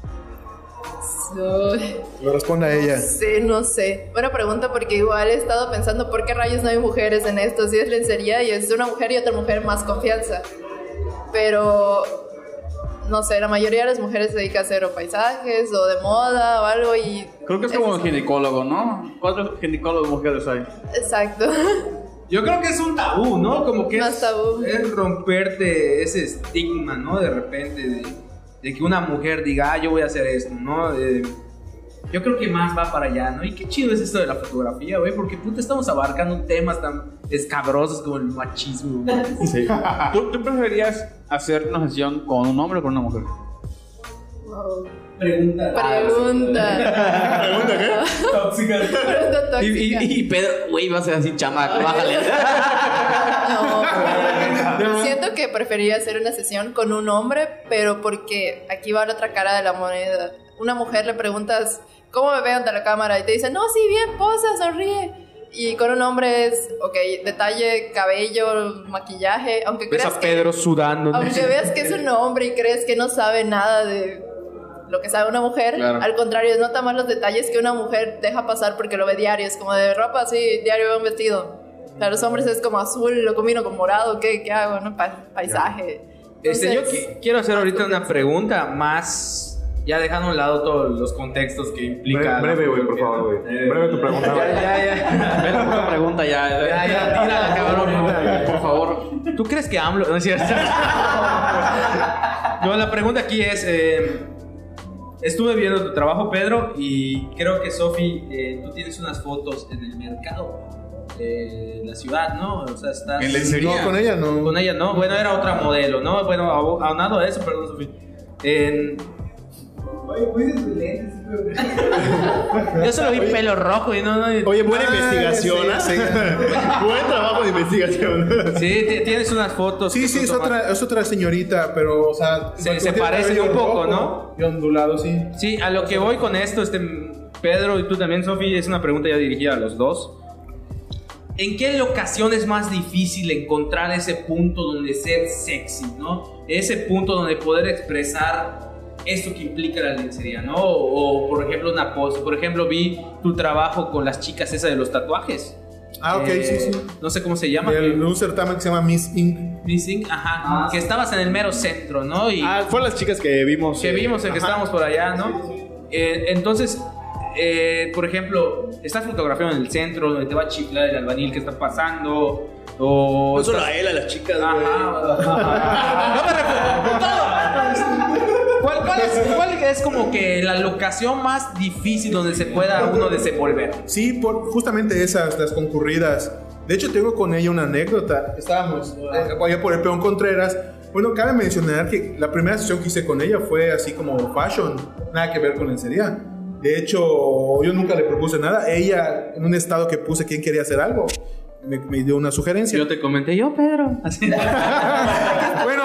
Uy, Lo responde a ella. sí, no sé. Buena pregunta porque igual he estado pensando por qué rayos no hay mujeres en esto. Si es lencería y es una mujer y otra mujer más confianza. Pero, no sé, la mayoría de las mujeres se dedica a hacer o paisajes o de moda o algo y... Creo que es como un ginecólogo, ¿no? ¿Cuántos ginecólogos mujeres hay? Exacto. Yo creo que es un tabú, ¿no? Como que No es, es tabú. es romperte ese estigma, ¿no? De repente, de, de que una mujer diga, ah, yo voy a hacer esto, ¿no? Eh, yo creo que más va para allá, ¿no? Y qué chido es esto de la fotografía, güey, porque puta, estamos abarcando temas tan escabrosos como el machismo, güey. Sí. ¿Tú, ¿Tú preferirías hacer una sesión con un hombre o con una mujer? Wow. Pregunta. Pregunta. ¿Pregunta qué? Tóxica. Pregunta Y, tóxica. y, y Pedro, güey, va a ser así, chamaco, bájale. No, siento que preferiría hacer una sesión con un hombre, pero porque aquí va la otra cara de la moneda. Una mujer le preguntas, ¿cómo me veo ante la cámara? Y te dice, no, sí, bien, posa, sonríe. Y con un hombre es, ok, detalle, cabello, maquillaje, aunque Ves creas a que, Pedro sudando, ¿no? aunque veas que es un hombre y crees que no sabe nada de lo que sabe una mujer, Claro. al contrario, nota más los detalles que una mujer deja pasar porque lo ve diario, es como de ropa así, diario veo un vestido. Para los hombres es como azul, lo combino con morado, ¿qué, qué hago? ¿No? Pa- paisaje. Este, yo Entonces, qui- quiero hacer ahorita una pregunta más, ya dejando a un lado todos los contextos que implica. Breve, breve, güey, por favor, güey. Breve tu pregunta, güey. Ya, ya, ya. Ve la puta pregunta ya. Ya, ya, tírala, cabrón. Por favor. ¿Tú crees que AMLO? No es cierto. No, la pregunta aquí es: eh, estuve viendo tu trabajo, Pedro, y creo que Sofi, eh, tú tienes unas fotos en el mercado de la ciudad, ¿no? O sea, estás. En lencería. No, con ella no. Con ella, ¿no? Bueno, era otra modelo, ¿no? Bueno, abo- aunado a eso, perdón, Sofi. En... Yo solo vi pelo rojo y no, no. Oye, buena Ah, investigación, sí, ¿ah? Buen trabajo de investigación. Sí, ti- tienes unas fotos. Sí, que sí, tú es tomaste. otra, es otra señorita, pero, o sea... Se- igual se tiene parecen cabello un poco, rojo ¿no? Y ondulado, sí. Sí, a lo que voy con esto, este, Pedro y tú también, Sofi, es una pregunta ya dirigida a los dos. ¿En qué locación es más difícil encontrar ese punto donde ser sexy, ¿no? Ese punto donde poder expresar esto que implica la lencería, ¿no? O, o, por ejemplo, una pose. Por ejemplo, vi tu trabajo con las chicas esa de los tatuajes. Ah, ok, Eh, sí, sí. No sé cómo se llama. De un certamen que se llama Miss Inc. Missing, ajá. Que estabas en el mero centro, ¿no? Y Ah, fueron las chicas que vimos. que eh, vimos, el que ajá. estábamos por allá, ¿no? Eh, entonces, eh, por ejemplo, estás fotografiando en el centro donde te va a chiflar el albañil que está pasando. O No solo estás- a él, a las chicas, Ajá, güey. ajá. No me refiero- todo. ¿Cuál, cuál es, ¿Cuál es como que la locación más difícil donde se pueda uno desenvolver? Sí, por justamente esas, las concurridas. De hecho, tengo con ella una anécdota. Estábamos eh, allá por el Peón Contreras. Bueno, cabe mencionar que la primera sesión que hice con ella fue así como fashion, nada que ver con lencería. De hecho, yo nunca le propuse nada. Ella, en un estado que puse quién quería hacer algo, me, me dio una sugerencia. Yo te comenté, yo, Pedro. Así. Bueno,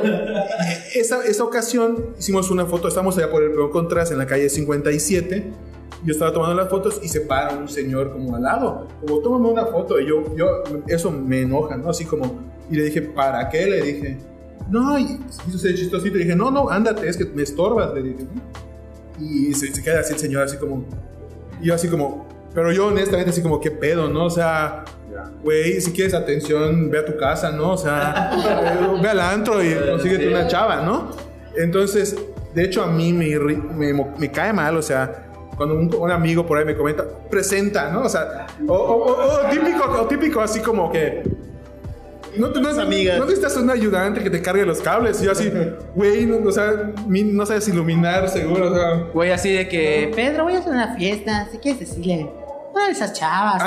esa, esa ocasión hicimos una foto. Estamos allá por el Peón Contreras en la calle cincuenta y siete. Yo estaba tomando las fotos y se para un señor como al lado, como tómame una foto. Y yo, yo, eso me enoja, ¿no? Así como, y le dije, ¿para qué? Le dije, no, y se hizo ese chistosito. Y dije, no, no, ándate, es que me estorbas, le dije. Y se, se queda así el señor, así como, y yo así como, pero yo honestamente así como, ¿qué pedo, no? O sea, güey, si quieres atención, ve a tu casa, ¿no? O sea, ve al antro y consíguete una chava, ¿no? Entonces, de hecho, a mí me, irri- me, mo- me cae mal, o sea, cuando un, un amigo por ahí me comenta, presenta, ¿no? O sea, o, o- o- o típico, o típico así como que... No, te- no, amigas. no necesitas un ayudante que te cargue los cables. Y yo así, güey, no, o sea, mi- no sabes iluminar, seguro, o sea... Güey, así de que... Pedro, voy a hacer una fiesta. Si quieres decirle, una de esas chavas.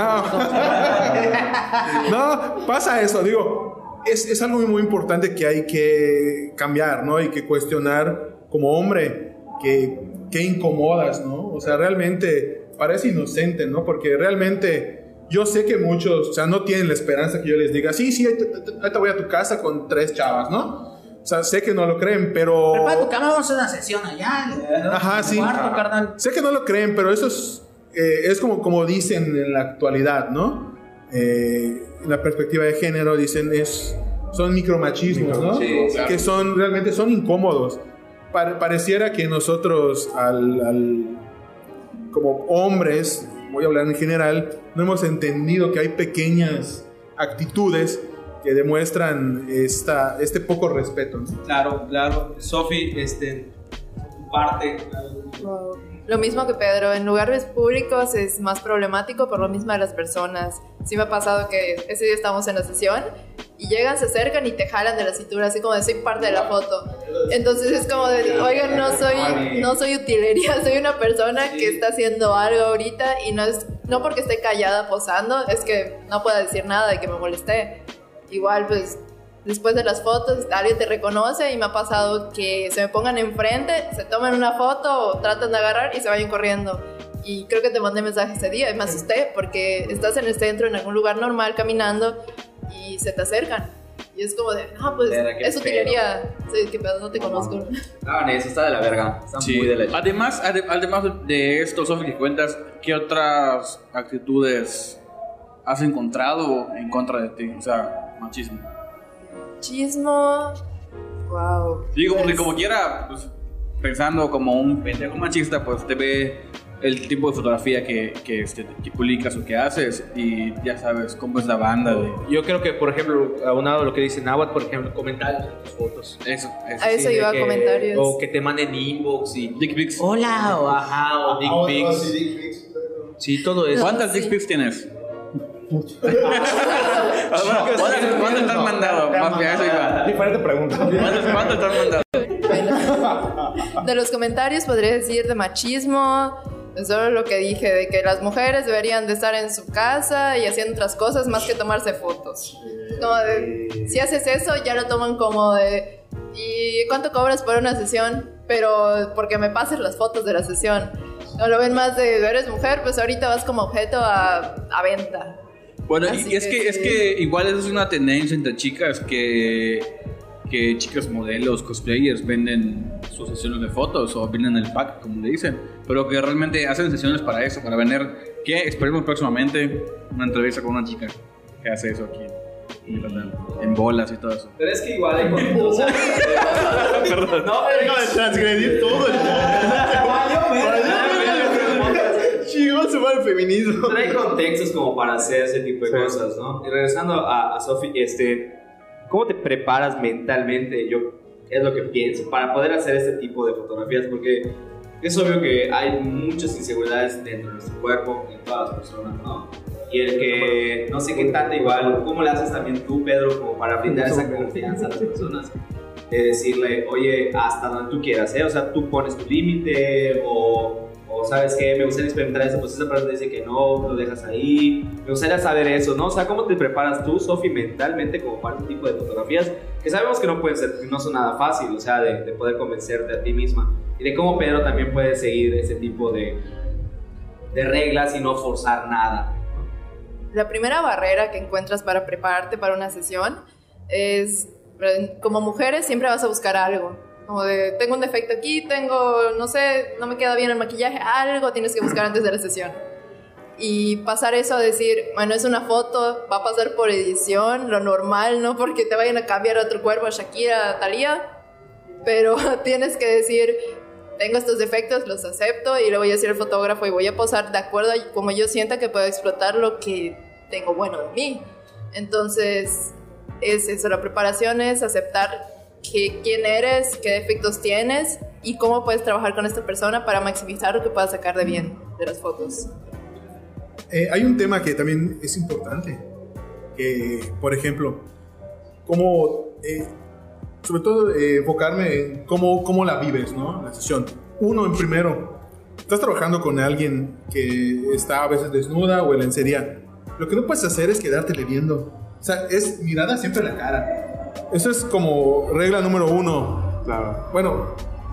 Ah. No, pasa eso, digo, es, es algo muy, muy importante que hay que cambiar, ¿no? Y que cuestionar como hombre, que, que incomodas, ¿no? O sea, realmente parece inocente, ¿no? Porque realmente yo sé que muchos, o sea, no tienen la esperanza que yo les diga, sí, sí, ahorita voy a tu casa con tres chavas, ¿no? O sea, sé que no lo creen, pero... Prepara tu cama, vamos a hacer una sesión allá. ¿no? Ajá, sí. Cuarto, carnal. Sé que no lo creen, pero eso es, eh, es como, como dicen en la actualidad, ¿no? Eh, en la perspectiva de género dicen es... Son micromachismos, ¿no? Sí, claro. Que son, realmente son incómodos. Pare- pareciera que nosotros, al, al, como hombres, voy a hablar en general, no hemos entendido que hay pequeñas actitudes que demuestran esta, este poco respeto, ¿no? Claro, claro. Sofi, este, parte. Wow. Lo mismo que Pedro, en lugares públicos es más problemático por lo mismo de las personas. Sí me ha pasado que ese día estamos en la sesión y llegan, se acercan y te jalan de la cintura, así como de soy parte de la foto. Entonces es como de, oigan, no soy, no soy utilería, soy una persona que está haciendo algo ahorita y no es, no porque esté callada posando, es que no pueda decir nada de que me molesté. Igual, pues, después de las fotos, alguien te reconoce y me ha pasado que se me pongan enfrente, se toman una foto o tratan de agarrar y se vayan corriendo. Y creo que te mandé mensaje ese día y me asusté porque estás en el centro, en algún lugar normal, caminando y se te acercan. Y es como de, ah, pues, Verga, qué es utilería. Sí, qué pedo, no te conozco. No, eso está de la verga. Está Sí. muy de la... Además, ade- además de esto, Sofi, que cuentas, ¿qué otras actitudes has encontrado en contra de ti? O sea, machismo. Chismo. Wow. Digo, porque Es- como quiera, pues, pensando como un pendejo machista, pues te ve el tipo de fotografía que, que, este, que publicas o que haces y ya sabes cómo es la banda de... Yo creo que, por ejemplo, aunado a lo que dice Nahuatl, por ejemplo, comentarios en tus fotos. Eso, eso. A eso Sí, de iba que- comentarios. O que te manden inbox y... Dick pics. Hola, o ajá, o dick Ah, pics. sí, dick pics. Sí, todo eso. ¿Cuántas Sí. dick pics tienes? ¿Cuántas ¿cuántas te has mandado? Más que eso iba. Diferente pregunta. ¿Cuántas cuántas te has mandado? Bueno, de los comentarios podría decir de machismo, solo lo que dije, de que las mujeres deberían de estar en su casa y haciendo otras cosas más que tomarse fotos. Como de, si haces eso, ya lo toman como de, ¿y cuánto cobras por una sesión? Pero porque me pases las fotos de la sesión. No lo ven más de, eres mujer, pues ahorita vas como objeto a, a venta. Bueno, Así y es que que, es sí. que igual eso es una tendencia entre chicas que, que chicas modelos, cosplayers venden sus sesiones de fotos o venden el pack, como le dicen, pero que realmente hacen sesiones para eso, para vender, que esperemos próximamente una entrevista con una chica que hace eso aquí, en, en bolas y todo eso. Pero es que igual hay con... o sea, Perdón. no, Deja de transgredir todo el Chico, se va el feminismo. trae contextos como para hacer ese tipo de cosas, ¿no? Y regresando a, a Sofi, este, ¿cómo te preparas mentalmente? Yo es lo que pienso para poder hacer este tipo de fotografías, porque es obvio que hay muchas inseguridades dentro de nuestro cuerpo, en todas las personas, ¿no? Y el que no sé qué tanto igual, ¿cómo le haces también tú, Pedro, como para brindar esa confianza a las personas? De decirle, oye, hasta donde tú quieras, ¿eh? O sea, tú pones tu límite o... o sabes que me gustaría experimentar eso, pues esa persona dice que no, lo dejas ahí. Me gustaría saber eso, ¿no? O sea, ¿cómo te preparas tú, Sofi, mentalmente como para este tipo de fotografías? Que sabemos que no pueden ser, no son nada fácil, o sea, de, de poder convencerte a ti misma. Y de cómo Pedro también puede seguir ese tipo de, de reglas y no forzar nada. La primera barrera que encuentras para prepararte para una sesión es, como mujeres siempre vas a buscar algo. Como de, tengo un defecto aquí, tengo, no sé, no me queda bien el maquillaje, algo tienes que buscar antes de la sesión. Y pasar eso a decir, bueno, es una foto, va a pasar por edición, lo normal, no porque te vayan a cambiar otro cuerpo, Shakira, Thalía, pero tienes que decir, tengo estos defectos, los acepto y le voy a decir al fotógrafo y voy a posar de acuerdo a como yo sienta que puedo explotar lo que tengo bueno de mí. Entonces, es eso, la preparación es aceptar que, quién eres, qué defectos tienes y cómo puedes trabajar con esta persona para maximizar lo que puedas sacar de bien de las fotos. Eh, hay un tema que también es importante, que, por ejemplo, cómo, eh, sobre todo eh, enfocarme en cómo, cómo la vives, ¿no? La sesión. Uno, en primero, estás trabajando con alguien que está a veces desnuda o en lencería. Lo que no puedes hacer es quedártele viendo. O sea, es mirada siempre a la cara. Eso es como regla número uno. Claro. Bueno,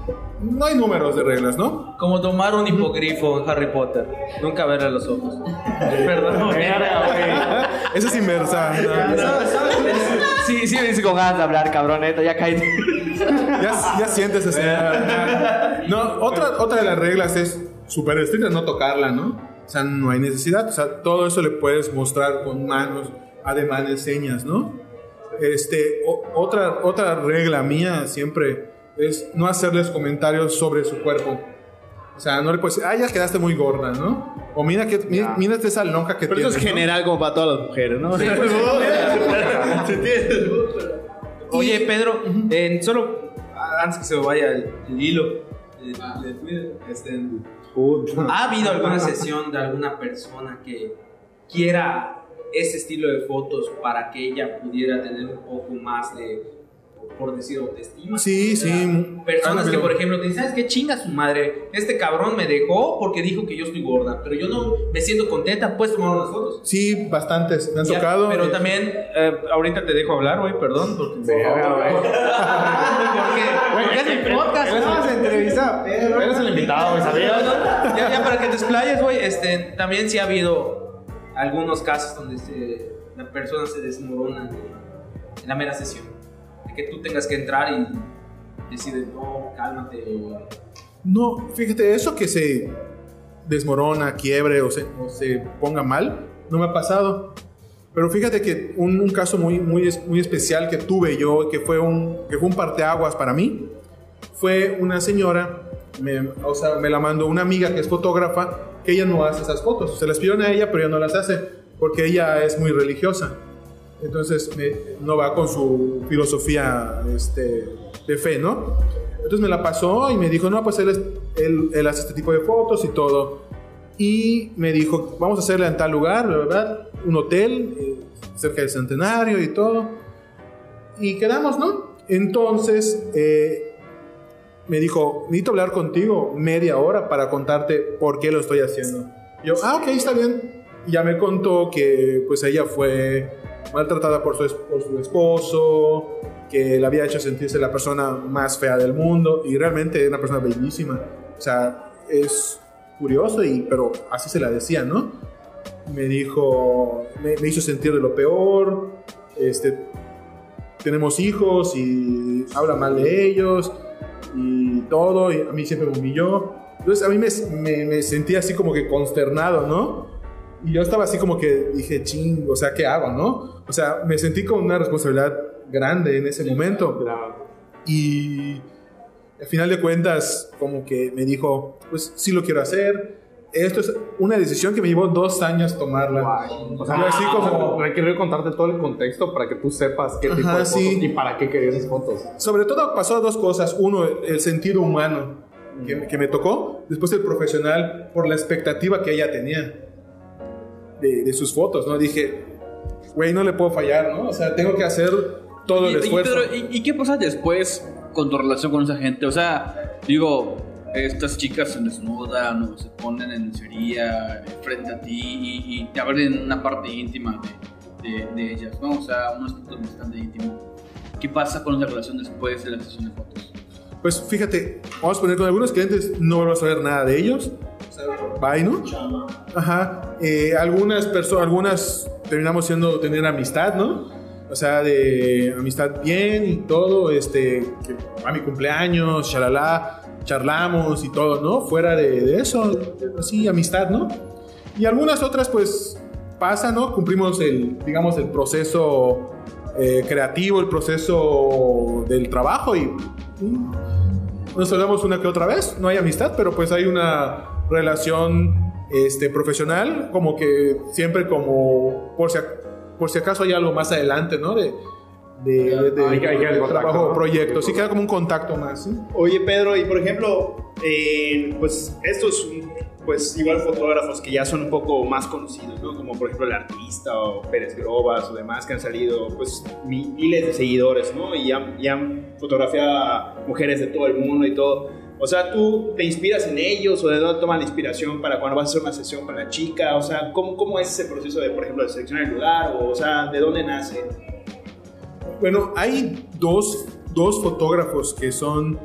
no hay números de reglas, ¿no? Como tomar un hipogrifo en Harry Potter. Nunca verle a los ojos. Perdón. Eso es inversa. ¿no? Sí, sí me dice con ganas de hablar, cabrón, neta, ya caí. Ya, ya sientes ese. No, otra, otra de las reglas es súper estricta, no tocarla, ¿no? O sea, no hay necesidad. O sea, todo eso le puedes mostrar con manos, ademanes, señas, ¿no? Este, o, otra, otra regla mía siempre es no hacerles comentarios sobre su cuerpo. O sea, no le puedes decir, ah, ya quedaste muy gorda, ¿no? O mira, que, mira, mira esa lonja que Pero tienes. eso es ¿no? general como para todas las mujeres, ¿no? Sí, Oye, Pedro, en solo antes que se me vaya el, el hilo de, de Twitter, este, ¿ha habido alguna sesión de alguna persona que quiera ese estilo de fotos para que ella pudiera tener un poco más de, por decir, autoestima? Sí, O sea, sí. Personas Ah, que, pero- por ejemplo, te dicen, ¿sabes qué? Chinga su madre. Este cabrón me dejó porque dijo que yo estoy gorda, pero yo no me siento contenta. ¿Puedes tomar unas fotos? Sí, bastantes. Me han Ya, tocado. pero eh, también, eh, ahorita te dejo hablar, güey, perdón. Porque, porque, porque es mi podcast, ¿no? Vamos a entrevistar a Pedro. Eres el invitado, güey, ¿sabías? Ya, ya para que te explayes, güey, este, también sí ha habido algunos casos donde se, la persona se desmorona en la mera sesión. De que tú tengas que entrar y decides, no, cálmate. O... No, fíjate, eso que se desmorona, quiebre o se, o se ponga mal, no me ha pasado. Pero fíjate que un, un caso muy, muy, es- muy especial que tuve yo, que fue un, que fue un parteaguas para mí, fue una señora, me, o sea, me la mandó una amiga que es fotógrafa, que ella no hace esas fotos. Se las pidieron a ella, pero ella no las hace, porque ella es muy religiosa. Entonces me- no va con su filosofía este, de fe, ¿no? Entonces me la pasó y me dijo, no, pues él, es- él, él hace este tipo de fotos y todo. Y me dijo, vamos a hacerla en tal lugar, ¿verdad? Un hotel eh, cerca del Centenario y todo. Y quedamos, ¿no? Entonces eh, me dijo, necesito hablar contigo media hora para contarte por qué lo estoy haciendo. Y yo, ah, ok, está bien. Y ya me contó que pues ella fue maltratada por su, es- por su esposo, que le había hecho sentirse la persona más fea del mundo, y realmente es una persona bellísima. O sea, es curioso, y, pero así se la decía, ¿no? Me dijo, me, me hizo sentir de lo peor, este, tenemos hijos y habla mal de ellos y todo, y a mí siempre me humilló. Entonces a mí me, me, me sentía así como que consternado, ¿no? Y yo estaba así como que dije, ching, o sea, ¿qué hago, no? O sea, me sentí con una responsabilidad grande en ese momento. Y al final de cuentas, como que me dijo, pues sí lo quiero hacer. Esto es una decisión que me llevó dos años tomarla. O sea, Yo así como... requiere contarte todo el contexto para que tú sepas qué Ajá, tipo de fotos sí. y para qué querías esas fotos. Sobre todo pasó dos cosas. Uno, el sentido humano que, que me tocó. Después el profesional, por la expectativa que ella tenía de, de sus fotos, ¿no? Dije, güey, no le puedo fallar, ¿no? O sea, tengo que hacer todo el Y- y, esfuerzo. Pedro, ¿y, y qué pasa después con tu relación con esa gente? O sea, digo, estas chicas se desnudan o se ponen en lencería frente a ti y, y te abren una parte íntima de, de, de ellas, ¿no? O sea, unos aspectos bastante íntimos. ¿Qué pasa con esa relación después de la sesión de fotos? Pues fíjate, vamos a poner con algunos clientes, no vamos a ver nada de ellos. O sea, bye, ¿no? Ajá. Eh, algunas personas, algunas terminamos siendo, tener amistad, ¿no? O sea, de amistad bien y todo, este, que a mi cumpleaños, shalala, charlamos y todo, ¿no? Fuera de, de eso, así, amistad, ¿no? Y algunas otras, pues, pasa, ¿no? Cumplimos el, digamos, el proceso eh, creativo, el proceso del trabajo y mm, nos hablamos una que otra vez, no hay amistad, pero pues hay una relación este, profesional, como que siempre como por si, ac- por si acaso hay algo más adelante, ¿no? De, de, de- de- Hay que- hay que de el contacto, trabajo, ¿no? proyecto, sí queda como un contacto más, ¿sí? Oye, Pedro, y por ejemplo, eh, pues estos, pues igual fotógrafos que ya son un poco más conocidos, ¿no? Como por ejemplo el artista o Pérez Grobas o demás que han salido, pues mi- miles de seguidores, ¿no? Y han, y han fotografiado a mujeres de todo el mundo y todo. O sea, ¿tú te inspiras en ellos o de dónde toman la inspiración para cuando vas a hacer una sesión con la chica? O sea, ¿cómo, cómo es ese proceso de, por ejemplo, de seleccionar el lugar? O, o sea, ¿de dónde nace? Bueno, hay dos, dos fotógrafos que son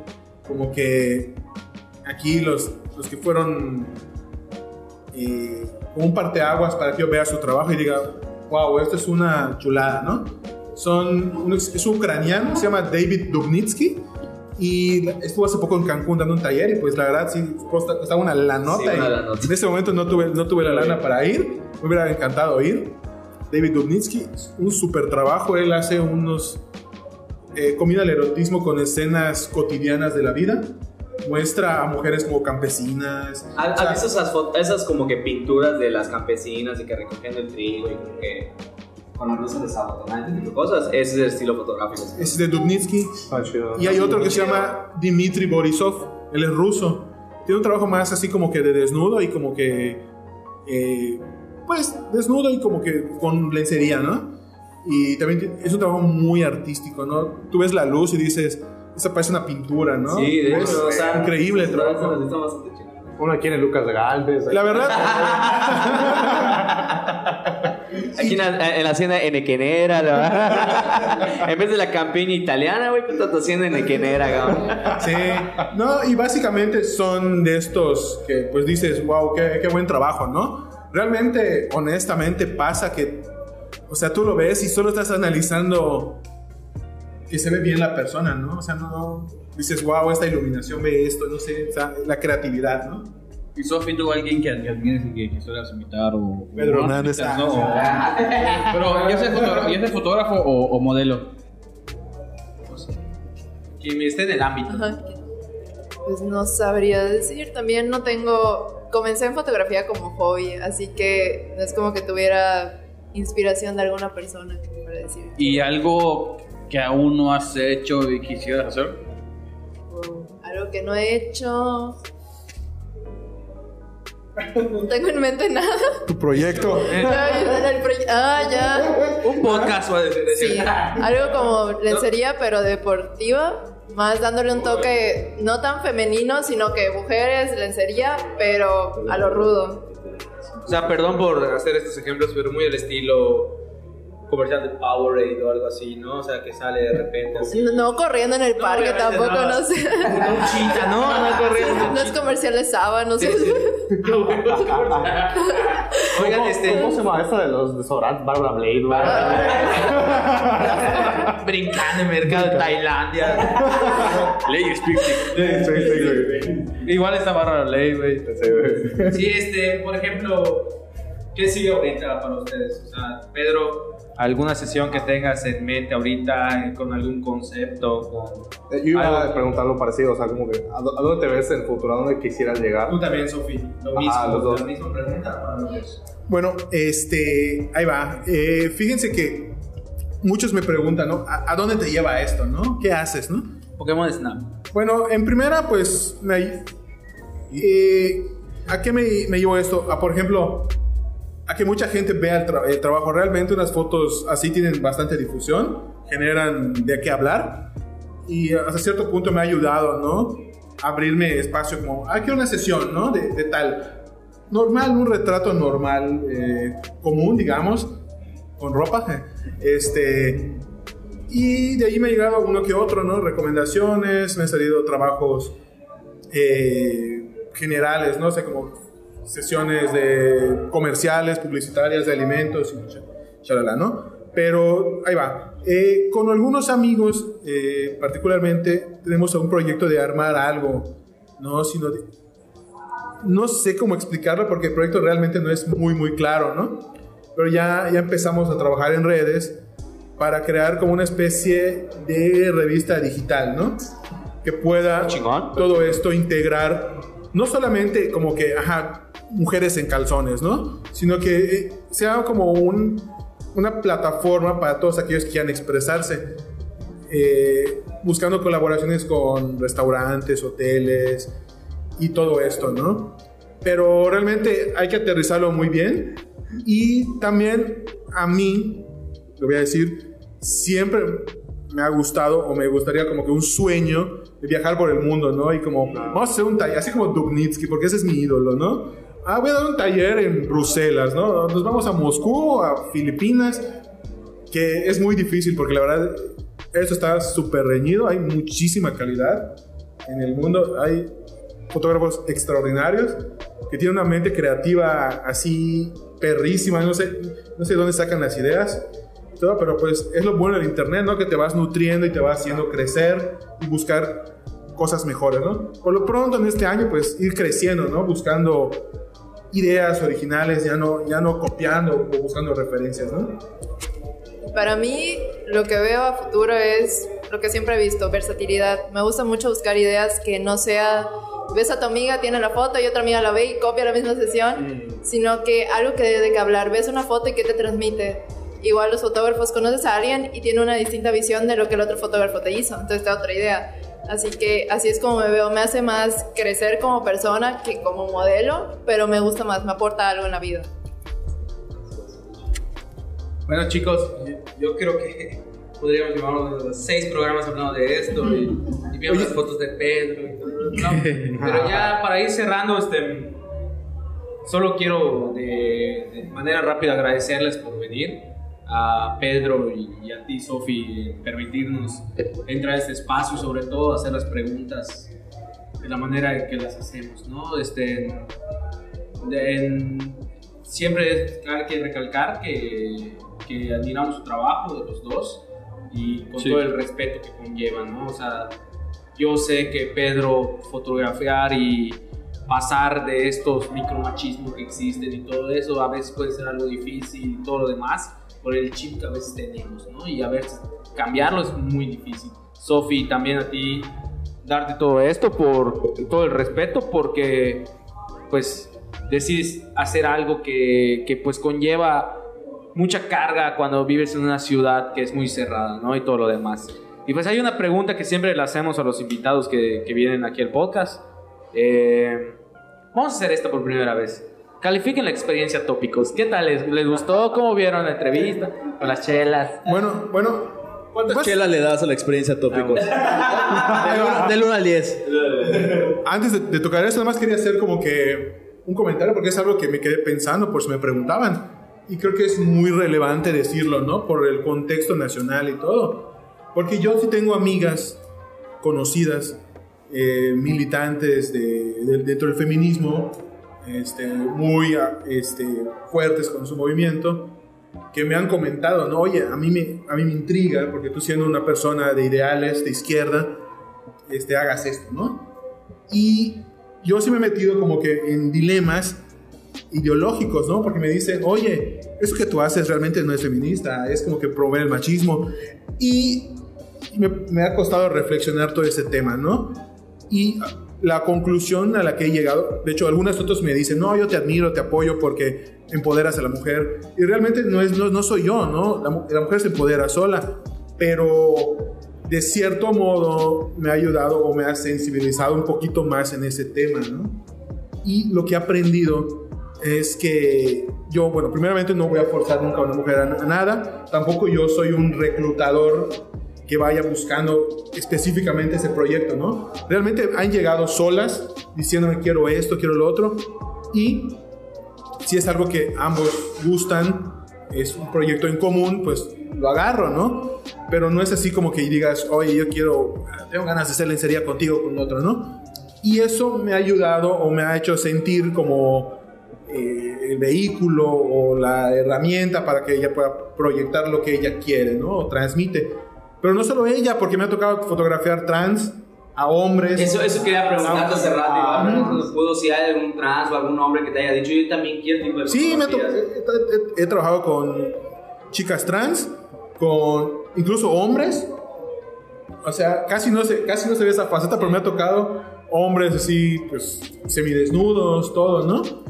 como que aquí los, los que fueron eh, como un parteaguas para que yo vea su trabajo y diga, wow, esto es una chulada, ¿no? Son, un, es un ucraniano, se llama David Dubnitsky, y estuvo hace poco en Cancún dando un taller, y pues la verdad sí, costaba una lanota, Sí, una y lanota. en ese momento no tuve, no tuve la lana para ir, me hubiera encantado ir. David Dubnitsky, un súper trabajo, él hace unos... Eh, combina el erotismo con escenas cotidianas de la vida, muestra a mujeres como campesinas. ¿Has O sea, visto esas, fotos, esas como que pinturas de las campesinas y que recogiendo el trigo y como que con las luces desabotonadas y tipo de cosas? Ese es el estilo fotográfico. es de Dubnitsky. Ah, chido. Y hay otro que se llama Dmitry Borisov, él es ruso. Tiene un trabajo más así como que de desnudo y como que... Eh, pues desnudo y como que con lencería, ¿no? Y también es un trabajo muy artístico, ¿no? Tú ves la luz y dices, esa parece una pintura, ¿no? Sí, de Es hecho, o sea, increíble el trabajo. está bastante chido. Uno aquí en el Lucas de Galvez. La verdad, Aquí en la, en la hacienda enequenera, ¿no? En vez de la campiña italiana, güey, puta, tu hacienda enequenera, güey. sí. No, y básicamente son de estos que pues dices, wow, qué, qué buen trabajo, ¿no? Realmente, honestamente, pasa que, o sea, tú lo ves y solo estás analizando que se ve bien la persona, ¿no? O sea, no dices, wow, esta iluminación ve esto, no sé, o sea, la creatividad, ¿no? ¿Y Sofi, tú alguien que admires y que quisieras invitar o... Pedro o Hernández. invitas, ¿no? O- pero ya sea fotógrafo, ya sea fotógrafo o, o modelo. Quien esté en el ámbito. Ajá. Pues no sabría decir. También no tengo. Comencé en fotografía como hobby, así que no es como que tuviera inspiración de alguna persona que me fuera a decir. ¿Y algo que aún no has hecho y quisieras hacer? O algo que no he hecho. No tengo en mente nada. Tu proyecto. Ay, era el proye- ah, ya. Un podcast va a decir. Sí, algo como lencería, pero deportiva. Más dándole un toque no tan femenino, sino que mujeres, lencería, pero a lo rudo. O sea, perdón por hacer estos ejemplos, pero muy al estilo comercial de Powerade o algo así, ¿no? O sea, que sale de repente así. No, no corriendo en el parque obviamente tampoco, no. no, sé. Un chita, ¿no? No corriendo. No es comercial de Saba, no sé. Oigan, este. ¿Cómo se llama esta de los desodorantes? Barbara Blade, güey. Brincando en mercado de Tailandia. Ley Speak. Igual está barra la ley, güey. Sí, güey. Sí, este, por ejemplo, ¿qué sigue ahorita para ustedes? O sea, Pedro, ¿alguna sesión que tengas en mente ahorita con algún concepto? Con... Eh, Yo iba Algo- a preguntar algo parecido, o sea, como que, ¿a dó- a dónde te ves en el futuro? ¿A dónde quisieras llegar? Tú también, Sofi, lo Ajá, mismo, los dos. la misma pregunta para los dos. Bueno, este, ahí va. Eh, fíjense que muchos me preguntan, ¿no? ¿A, a dónde te lleva esto, no? ¿Qué haces, no? Pokémon Snap. Bueno, en primera, pues, me, eh, ¿a qué me, me llevo esto? A, por ejemplo, a que mucha gente vea el, tra- el trabajo. Realmente unas fotos así tienen bastante difusión, generan de qué hablar, y hasta cierto punto me ha ayudado, ¿no? Abrirme espacio como, ah, quiero una sesión, ¿no? De, de tal. Normal, un retrato normal, eh, común, digamos, con ropa. Este, y de ahí me ha llegado uno que otro, ¿no? Recomendaciones, me han salido trabajos eh, generales, ¿no? O sea, como sesiones de comerciales, publicitarias, de alimentos y ch- chalala, ¿no? Pero ahí va. Eh, con algunos amigos, eh, particularmente, tenemos un proyecto de armar algo, ¿no? Sino de, no sé cómo explicarlo porque el proyecto realmente no es muy, muy claro, ¿no? Pero ya, ya empezamos a trabajar en redes para crear como una especie de revista digital, ¿no? Que pueda Chingón. todo esto integrar, no solamente como que, ajá, mujeres en calzones, ¿no? Sino que eh, sea como un, una plataforma para todos aquellos que quieran expresarse, eh, buscando colaboraciones con restaurantes, hoteles y todo esto, ¿no? Pero realmente hay que aterrizarlo muy bien. Y también a mí, lo voy a decir, siempre me ha gustado o me gustaría como que un sueño de viajar por el mundo, ¿no? Y como, vamos a hacer un taller, así como Dubnitsky, porque ese es mi ídolo, ¿no? Ah, voy a dar un taller en Bruselas, ¿no? Nos vamos a Moscú, a Filipinas, que es muy difícil porque la verdad, esto está súper reñido, hay muchísima calidad. en el mundo. Hay fotógrafos extraordinarios que tienen una mente creativa así perrísima. No sé, no sé dónde sacan las ideas. Todo, pero pues es lo bueno del internet, ¿no? Que te vas nutriendo y te va haciendo crecer y buscar cosas mejores, ¿no? Por lo pronto en este año, pues ir creciendo, ¿no? Buscando ideas originales, ya no, ya no copiando o buscando referencias, ¿no? Para mí, lo que veo a futuro es lo que siempre he visto, versatilidad. Me gusta mucho buscar ideas que no sea, ves a tu amiga, tiene la foto y otra amiga la ve y copia la misma sesión, mm. sino que algo que debe de hablar. Ves una foto y ¿qué te transmite? Igual los fotógrafos, conoces a alguien y tiene una distinta visión de lo que el otro fotógrafo te hizo, entonces te da otra idea. Así que así es como me veo, me hace más crecer como persona que como modelo, pero me gusta más, me aporta algo en la vida. Bueno chicos, yo, yo creo que podríamos llevarnos seis programas hablando de esto y, y viendo las fotos de Pedro y todo, ¿no? Pero ya para ir cerrando, este, solo quiero de, de manera rápida agradecerles por venir. A Pedro y, y a ti, Sofi, permitirnos entrar a este espacio y sobre todo hacer las preguntas de la manera en que las hacemos, ¿no? Este, de, en, siempre hay que recalcar que, que admiramos su trabajo de los dos y con sí. todo el respeto que conlleva, ¿no? O sea, yo sé que Pedro fotografiar y pasar de estos micromachismos que existen y todo eso a veces puede ser algo difícil y todo lo demás por el chip que a veces tenemos, ¿no? Y a veces cambiarlo es muy difícil. Sofi, también a ti darte todo esto por todo el respeto, porque pues decides hacer algo que, que pues conlleva mucha carga cuando vives en una ciudad que es muy cerrada, ¿no? Y todo lo demás. Y pues hay una pregunta que siempre le hacemos a los invitados que, que vienen aquí al podcast. Eh, vamos a hacer esto por primera vez. Califiquen la experiencia Tópicos. ¿Qué tal? ¿Les, les gustó? ¿Cómo vieron la entrevista? Con las chelas. Bueno, bueno. ¿Cuántas pues, chelas le das a la experiencia Tópicos? Del uno al diez. Antes de, de tocar eso, nada más quería hacer como que un comentario, porque es algo que me quedé pensando por si me preguntaban. Y creo que es muy relevante decirlo, ¿no? Por el contexto nacional y todo. Porque yo sí tengo amigas conocidas, eh, militantes de, de, dentro del feminismo, Este, muy este, fuertes con su movimiento, que me han comentado, ¿no? Oye, a mí me, a mí me intriga, porque tú siendo una persona de ideales, de izquierda, este, hagas esto, ¿no? Y yo sí me he metido como que en dilemas ideológicos, ¿no? Porque me dicen, oye, eso que tú haces realmente no es feminista, es como que promover el machismo. Y me, me ha costado reflexionar todo ese tema, ¿no? Y la conclusión a la que he llegado, de hecho algunas otras me dicen, no, yo te admiro, te apoyo porque empoderas a la mujer, y realmente no, es, no, no soy yo, ¿no? La, la mujer se empodera sola, pero de cierto modo me ha ayudado o me ha sensibilizado un poquito más en ese tema, ¿no? Y lo que he aprendido es que yo, bueno, primeramente no voy a forzar nunca a una mujer a, a nada, tampoco yo soy un reclutador que vaya buscando específicamente ese proyecto, ¿no? Realmente han llegado solas diciéndome quiero esto, quiero lo otro, y si es algo que ambos gustan, es un proyecto en común, pues lo agarro, ¿no? Pero no es así como que digas, oye, yo quiero, tengo ganas de hacer lencería contigo con otro, ¿no? Y eso me ha ayudado o me ha hecho sentir como eh, el vehículo o la herramienta para que ella pueda proyectar lo que ella quiere, ¿no? O transmite. Pero no solo ella, porque me ha tocado fotografiar trans a hombres. Eso, eso quería preguntarte hace rato. Ah, ¿No puedo si hay algún trans o algún hombre que te haya dicho yo también quiero tipo de Sí, me he, he, he, he trabajado con chicas trans, con incluso hombres. O sea, casi no se, casi no se ve esa faceta, pero me ha tocado hombres así, pues, semidesnudos, todo, ¿no?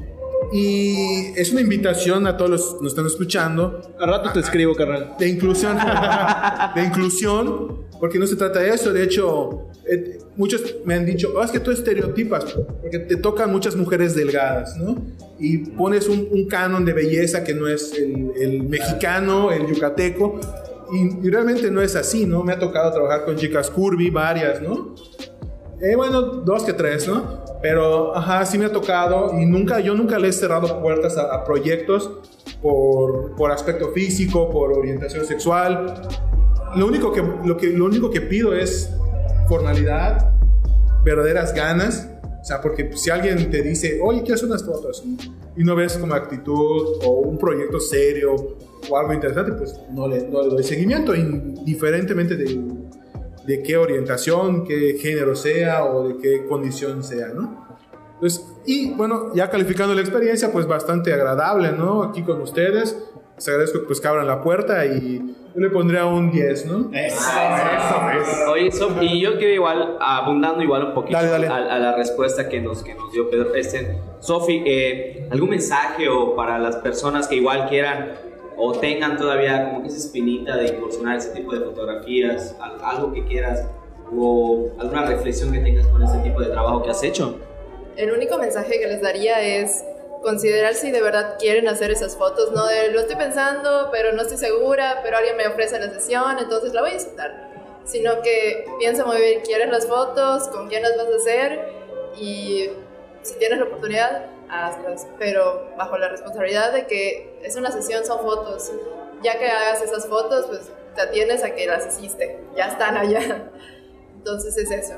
Y es una invitación a todos los que nos están escuchando. Al rato te escribo, carnal. De inclusión. De inclusión, porque no se trata de eso. De hecho, eh, muchos me han dicho, oh, es que tú estereotipas, porque te tocan muchas mujeres delgadas, ¿no? Y pones un, un canon de belleza que no es el, el mexicano, el yucateco. Y, y realmente no es así, ¿no? Me ha tocado trabajar con chicas curvy, varias, ¿no? Eh, bueno, dos que tres, ¿no? Pero, ajá, sí me ha tocado y nunca, yo nunca le he cerrado puertas a, a proyectos por, por aspecto físico, por orientación sexual. Lo único que, lo que, lo único que pido es formalidad, verdaderas ganas. O sea, porque si alguien te dice, oye, quiero hacer unas fotos, y no ves como actitud o un proyecto serio o algo interesante, pues no le, no le doy seguimiento, indiferentemente de, de qué orientación, qué género sea o de qué condición sea, ¿no? Pues, y bueno, ya calificando la experiencia, pues bastante agradable, ¿no? Aquí con ustedes. Les agradezco pues, que abran la puerta y yo le pondría un diez, ¿no? Eso, eso. Oye, Sof, y yo quiero igual, abundando igual un poquito dale, dale. A, a la respuesta que nos, que nos dio Pedro. Este, Sofi, eh, ¿algún mensaje o para las personas que igual quieran o tengan todavía como que esa espinita de incursionar ese tipo de fotografías, algo que quieras o alguna reflexión que tengas con ese tipo de trabajo que has hecho? El único mensaje que les daría es considerar si de verdad quieren hacer esas fotos, no de lo estoy pensando, pero no estoy segura, pero alguien me ofrece la sesión, entonces la voy a aceptar. Sino que piensa muy bien, ¿quieres las fotos? ¿Con quién las vas a hacer? Y si tienes la oportunidad, hazlas, pero bajo la responsabilidad de que es una sesión, son fotos. Ya que hagas esas fotos, pues te atienes a que las hiciste, ya están allá. Entonces es eso.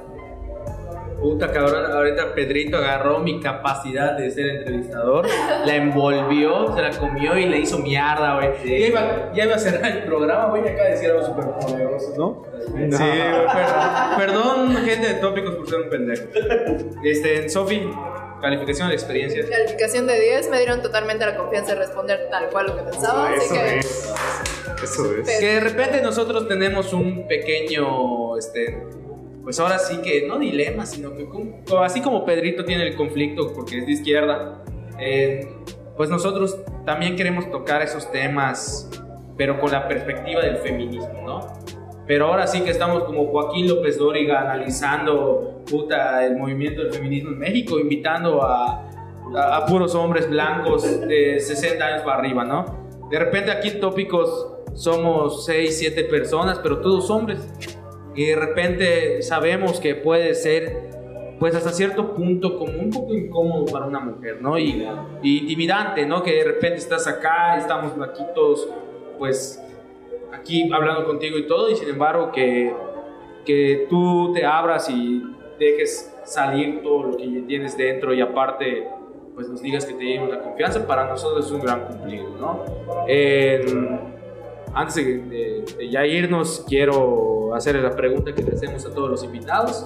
Puta cabrón, ahorita Pedrito agarró mi capacidad de ser entrevistador, la envolvió, se la comió y le hizo mierda, güey. Sí. Ya, iba, ya iba a cerrar el programa, güey, acaba de decir algo súper poderoso, ¿no? No. Sí, per, perdón, gente de tópicos por ser un pendejo. Este, Sofi, calificación de experiencias. Calificación de diez, me dieron totalmente la confianza de responder tal cual lo que pensaba, Eso así que... es. Eso es. Que de repente nosotros tenemos un pequeño, este... pues ahora sí que no dilema, sino que como, así como Pedrito tiene el conflicto porque es de izquierda, eh, pues nosotros también queremos tocar esos temas, pero con la perspectiva del feminismo, ¿no? Pero ahora sí que estamos como Joaquín López Dóriga analizando puta, el movimiento del feminismo en México, invitando a, a, a puros hombres blancos de sesenta años para arriba, ¿no? De repente aquí en Tópicos somos seis, siete personas, pero todos hombres. Y de repente sabemos que puede ser, pues hasta cierto punto, como un poco incómodo para una mujer, ¿no? Y, y intimidante, ¿no? Que de repente estás acá, estamos aquí todos, pues, aquí hablando contigo y todo, y sin embargo que, que tú te abras y dejes salir todo lo que tienes dentro y aparte, pues nos digas que te lleven la confianza, para nosotros es un gran cumplido, ¿no? Eh, Antes de, de, de ya irnos, quiero hacer la pregunta que le hacemos a todos los invitados.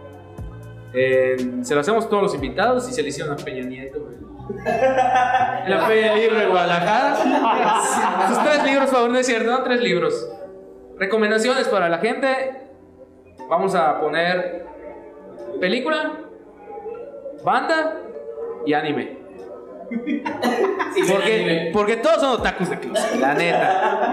Eh, se lo hacemos a todos los invitados y se le hicieron a Peña Nieto. En la Peña Libre de Guadalajara. Sus tres libros, por favor, no es cierto, ¿no? Tres libros. Recomendaciones para la gente. Vamos a poner película, banda y anime. Sí, porque, porque todos son otakus de closet, la neta.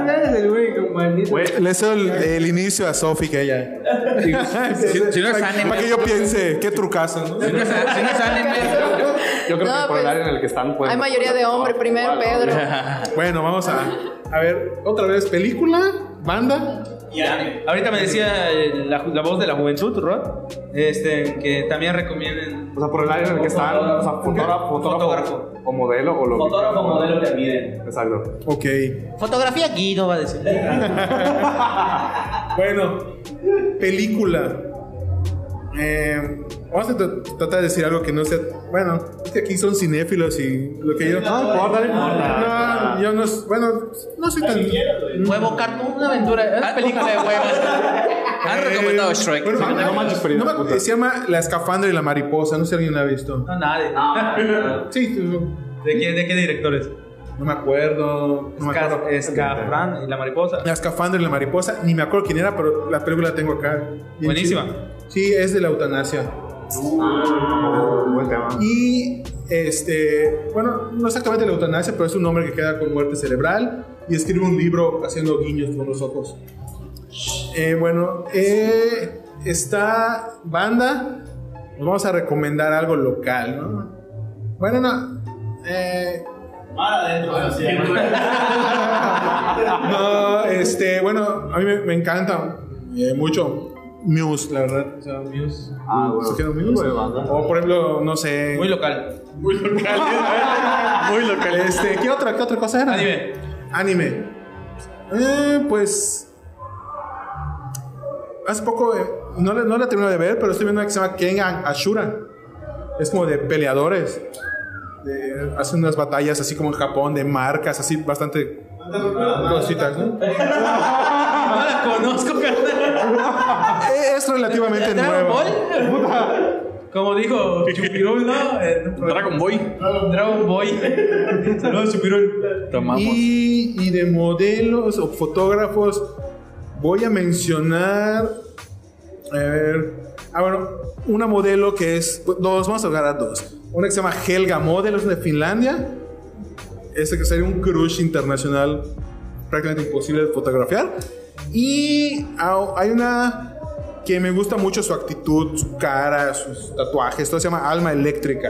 Le hizo el, el inicio a Sofi que ella. Si, si no es anime. Para que yo piense, qué trucazo, ¿no? Si no es, si no es anime. Yo creo No, que por pues, el área en el que están, pues. hay mayoría de hombre, primero Pedro. Bueno, vamos a, a ver, otra vez, película, banda. Ahorita me decía la, la voz de la juventud, Rod, este, que también recomienden. O sea, por el área en el que están. O sea, fotógrafo, fotógrafo, Fotógrafo. o modelo o lo Fotógrafo, modelo que admiren. Exacto. Ok. Fotografía Guido va a decir. Bueno, película. Eh, vamos a tr- tratar de decir algo que no sea. Bueno, es que aquí son cinéfilos y lo que yo. No importa, no No, importa. yo no. Bueno, no soy tan. Huevo Cartoon, una aventura. Es película de huevos. Han recomendado Shrek. Bueno, No manches, Frida, no me- puta. se llama La escafandra y la mariposa. No sé si alguien la ha visto. No, nadie. Sí, tú- ¿De qué, de qué directores? no me acuerdo. No me acuerdo. Escafrán y la mariposa. La escafandra y la mariposa. Ni me acuerdo quién era, pero la película la tengo acá. Bien Buenísima. chida. Sí, es de la eutanasia. Buen tema. Y este, bueno, no exactamente la eutanasia, pero es un hombre que queda con muerte cerebral y escribe un libro haciendo guiños con los ojos. Eh, bueno, eh, esta banda, nos vamos a recomendar algo local, ¿no? Bueno, no. Eh, no, este, bueno, a mí me, me encanta eh, mucho Muse, la verdad. O sea, Muse. Ah, bueno. ¿Se queda Muse? O por ejemplo, no sé. Muy local. Muy local. Muy local. Este, ¿qué otra, qué otra cosa era? Anime. Anime. Eh, pues. Hace poco eh, no, la- no la termino de ver, pero estoy viendo una que se llama Ken Ashura. Es como de peleadores. De- hacen unas batallas así como en Japón, de marcas, así bastante cositas, ¿no? No la conozco, carnal. Es relativamente ¿Dragon nuevo. Ball? Como dijo Chupirul, ¿no? En un programa. Dragon Boy. Dragon Boy. Saludos, Chupirul. Tomamos. Y, y de modelos o fotógrafos, voy a mencionar. A ver. Ah, bueno, una modelo que es. Dos, vamos a hablar a dos. Una que se llama Helga Model, es de Finlandia. Ese que sería un crush internacional prácticamente imposible de fotografiar. Y ah, hay una que me gusta mucho su actitud, su cara, sus tatuajes. Todo se llama Alma Eléctrica.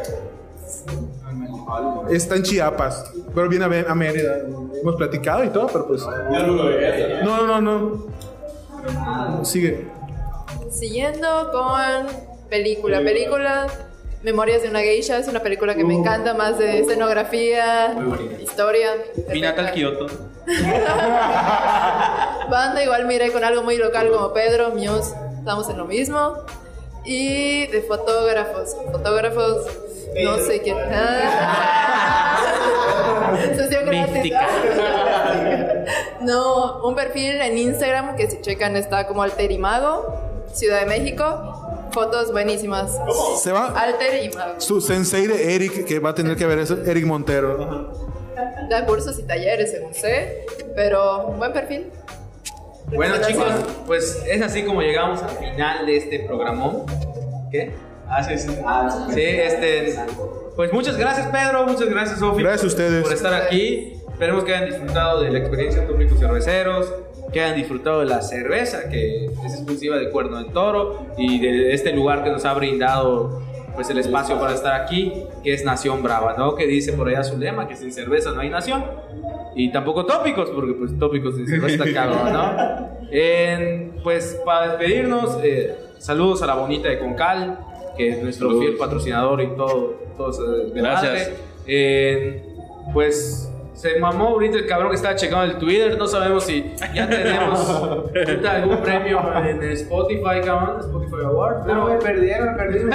Está en Chiapas, pero viene a, ver, a Mérida. Hemos platicado y todo, pero pues. No, no, no. Sigue. Siguiendo con película. Película Memorias de una Geisha. Es una película que me encanta, más de escenografía, historia. Mi natal Kioto. Banda, igual miré con algo muy local como Pedro, Muse. Estamos en lo mismo. Y de fotógrafos. Fotógrafos, no sé quién. Ah. Sesión gratis. No, un perfil en Instagram que si checan está como Alter y Mago, Ciudad de México. Fotos buenísimas. Se va. Alter y Mago. Su sensei de Eric, que va a tener que ver eso, Eric Montero. Da cursos y talleres, según sé. Pero buen perfil. Bueno, chicos, pues es así como llegamos al final de este programón. ¿Qué? Ah, sí, sí. Sí, este. Pues muchas gracias, Pedro. Muchas gracias, Sofi. Gracias a ustedes. Por estar aquí. Esperemos que hayan disfrutado de la experiencia de Tópicos Cerveceros. Que hayan disfrutado de la cerveza, que es exclusiva de Cuerno del Toro. Y de este lugar que nos ha brindado pues el espacio para estar aquí, que es Nación Brava, ¿no? Que dice por allá su lema, que sin cerveza no hay nación. Y tampoco tópicos, porque pues tópicos sin cerveza está cabrón, ¿no? En, pues para despedirnos, eh, saludos a la bonita de Concal, que es nuestro Saludos. fiel patrocinador y todo, todos eh, de Gracias. madre. Eh, pues se mamó ahorita el cabrón que estaba checando el Twitter. No sabemos si ya tenemos ahorita algún premio en el Spotify, cabrón, Spotify Awards. Pero me perdieron, perdieron.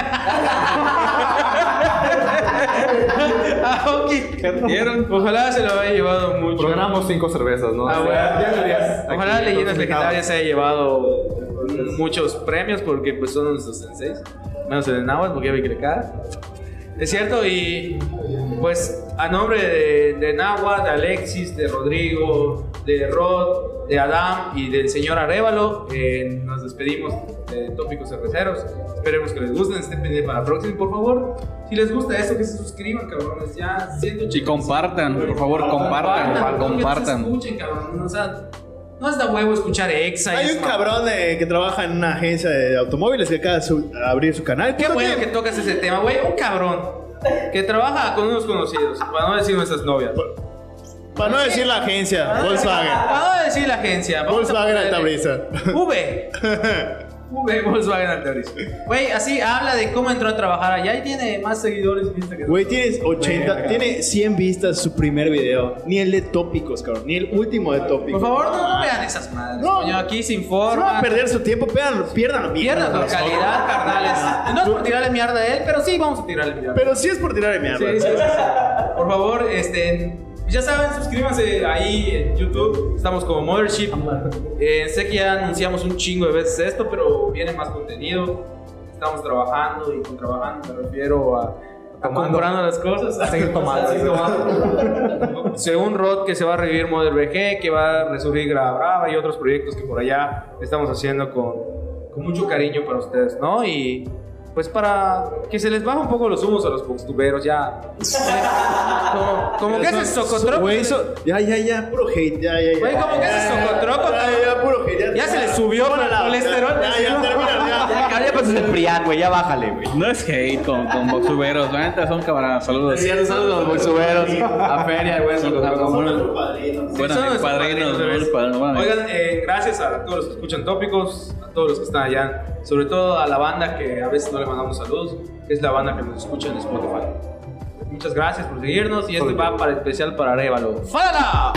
ah, ok. Perdieron. Ojalá se lo haya llevado mucho. Programamos cinco cervezas, ¿no? Ah, bueno. Aquí, Ojalá Leyendas todos Legendarias se haya llevado muchos premios porque pues son nuestros senseis. Menos el de Nahuatl porque ya vi que le cae. Es cierto, y pues a nombre de, de Nahuatl, de Alexis, de Rodrigo, de Rod, de Adam y del señor Arévalo, eh, nos despedimos de Tópicos Cerveceros. Esperemos que les gusten, estén pendientes para la próxima, por favor. Si les gusta esto, que se suscriban, cabrones. Ya siento Y compartan, por favor, compartan, que nos compartan. escuchen, cabrón. O sea, no es de huevo escuchar Exa. y Hay es un ma- cabrón eh, que trabaja en una agencia de automóviles que acaba de su- abrir su canal. Qué Puta, bueno tío. que tocas ese tema, güey. Un cabrón que trabaja con unos conocidos, para no decir nuestras novias. Para no decir la agencia, Volkswagen. Para no decir la agencia. vamos a Volkswagen ponerle Altabrisa. V. V, Volkswagen Altabrisa. Güey, así habla de cómo entró a trabajar allá y tiene más seguidores en Instagram. Güey, tienes ochenta, tiene cien vistas su primer video. Ni el de tópicos, cabrón. Ni el último de tópicos. Por favor, no, no vean esas madres. No. Coño, aquí se No van informa. a perder su tiempo, pierdan, pierdan Pierdan la calidad, carnales. Y no es por tirarle mierda a él, pero sí vamos a tirarle mierda. Pero sí es por tirar de mierda. Sí, sí, sí, sí. Por favor, este, ya saben, suscríbanse ahí en YouTube. Estamos como Mothership. Eh, sé que ya anunciamos un chingo de veces esto, pero viene más contenido. Estamos trabajando y con trabajando me refiero a, a comprando las cosas. A seguir tomando. A seguir tomando. Según Rod, que se va a revivir Mother B G, que va a resurgir Grava Brava y otros proyectos que por allá estamos haciendo con, con mucho cariño para ustedes, ¿no? Y pues para que se les baje un poco los humos a los boxtuberos, ya. Como, como que ese socotroco. Güey, eso. Ya, ya, ya, puro hate. Ya, ya, ya. Güey, como que ese socotroco. Ya, ya, puro hate. Ya se le subió Pon el al lado, colesterol. Ya, ya, termina, ya. Ya, ya pasas el Prián, güey, ya bájale, güey. No es hate con, con boxuberos, la neta son camaradas. Saludos. Cierto, saludos a los bolsuberos, a Feria, güey, Son a como los unos- Sí, Buenas, son nuestros padrinos, padrinos, buenos padrinos, buenas. Oigan, eh, gracias a todos los que escuchan tópicos, a todos los que están allá, sobre todo a la banda que a veces no le mandamos saludos, que es la banda que nos escucha en Spotify. Muchas gracias por seguirnos y este va para especial para Arévalo. ¡Fala!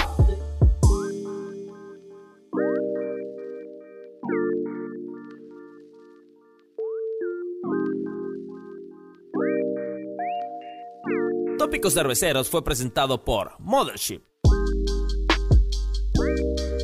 Tópicos Cerveceros fue presentado por Mothership.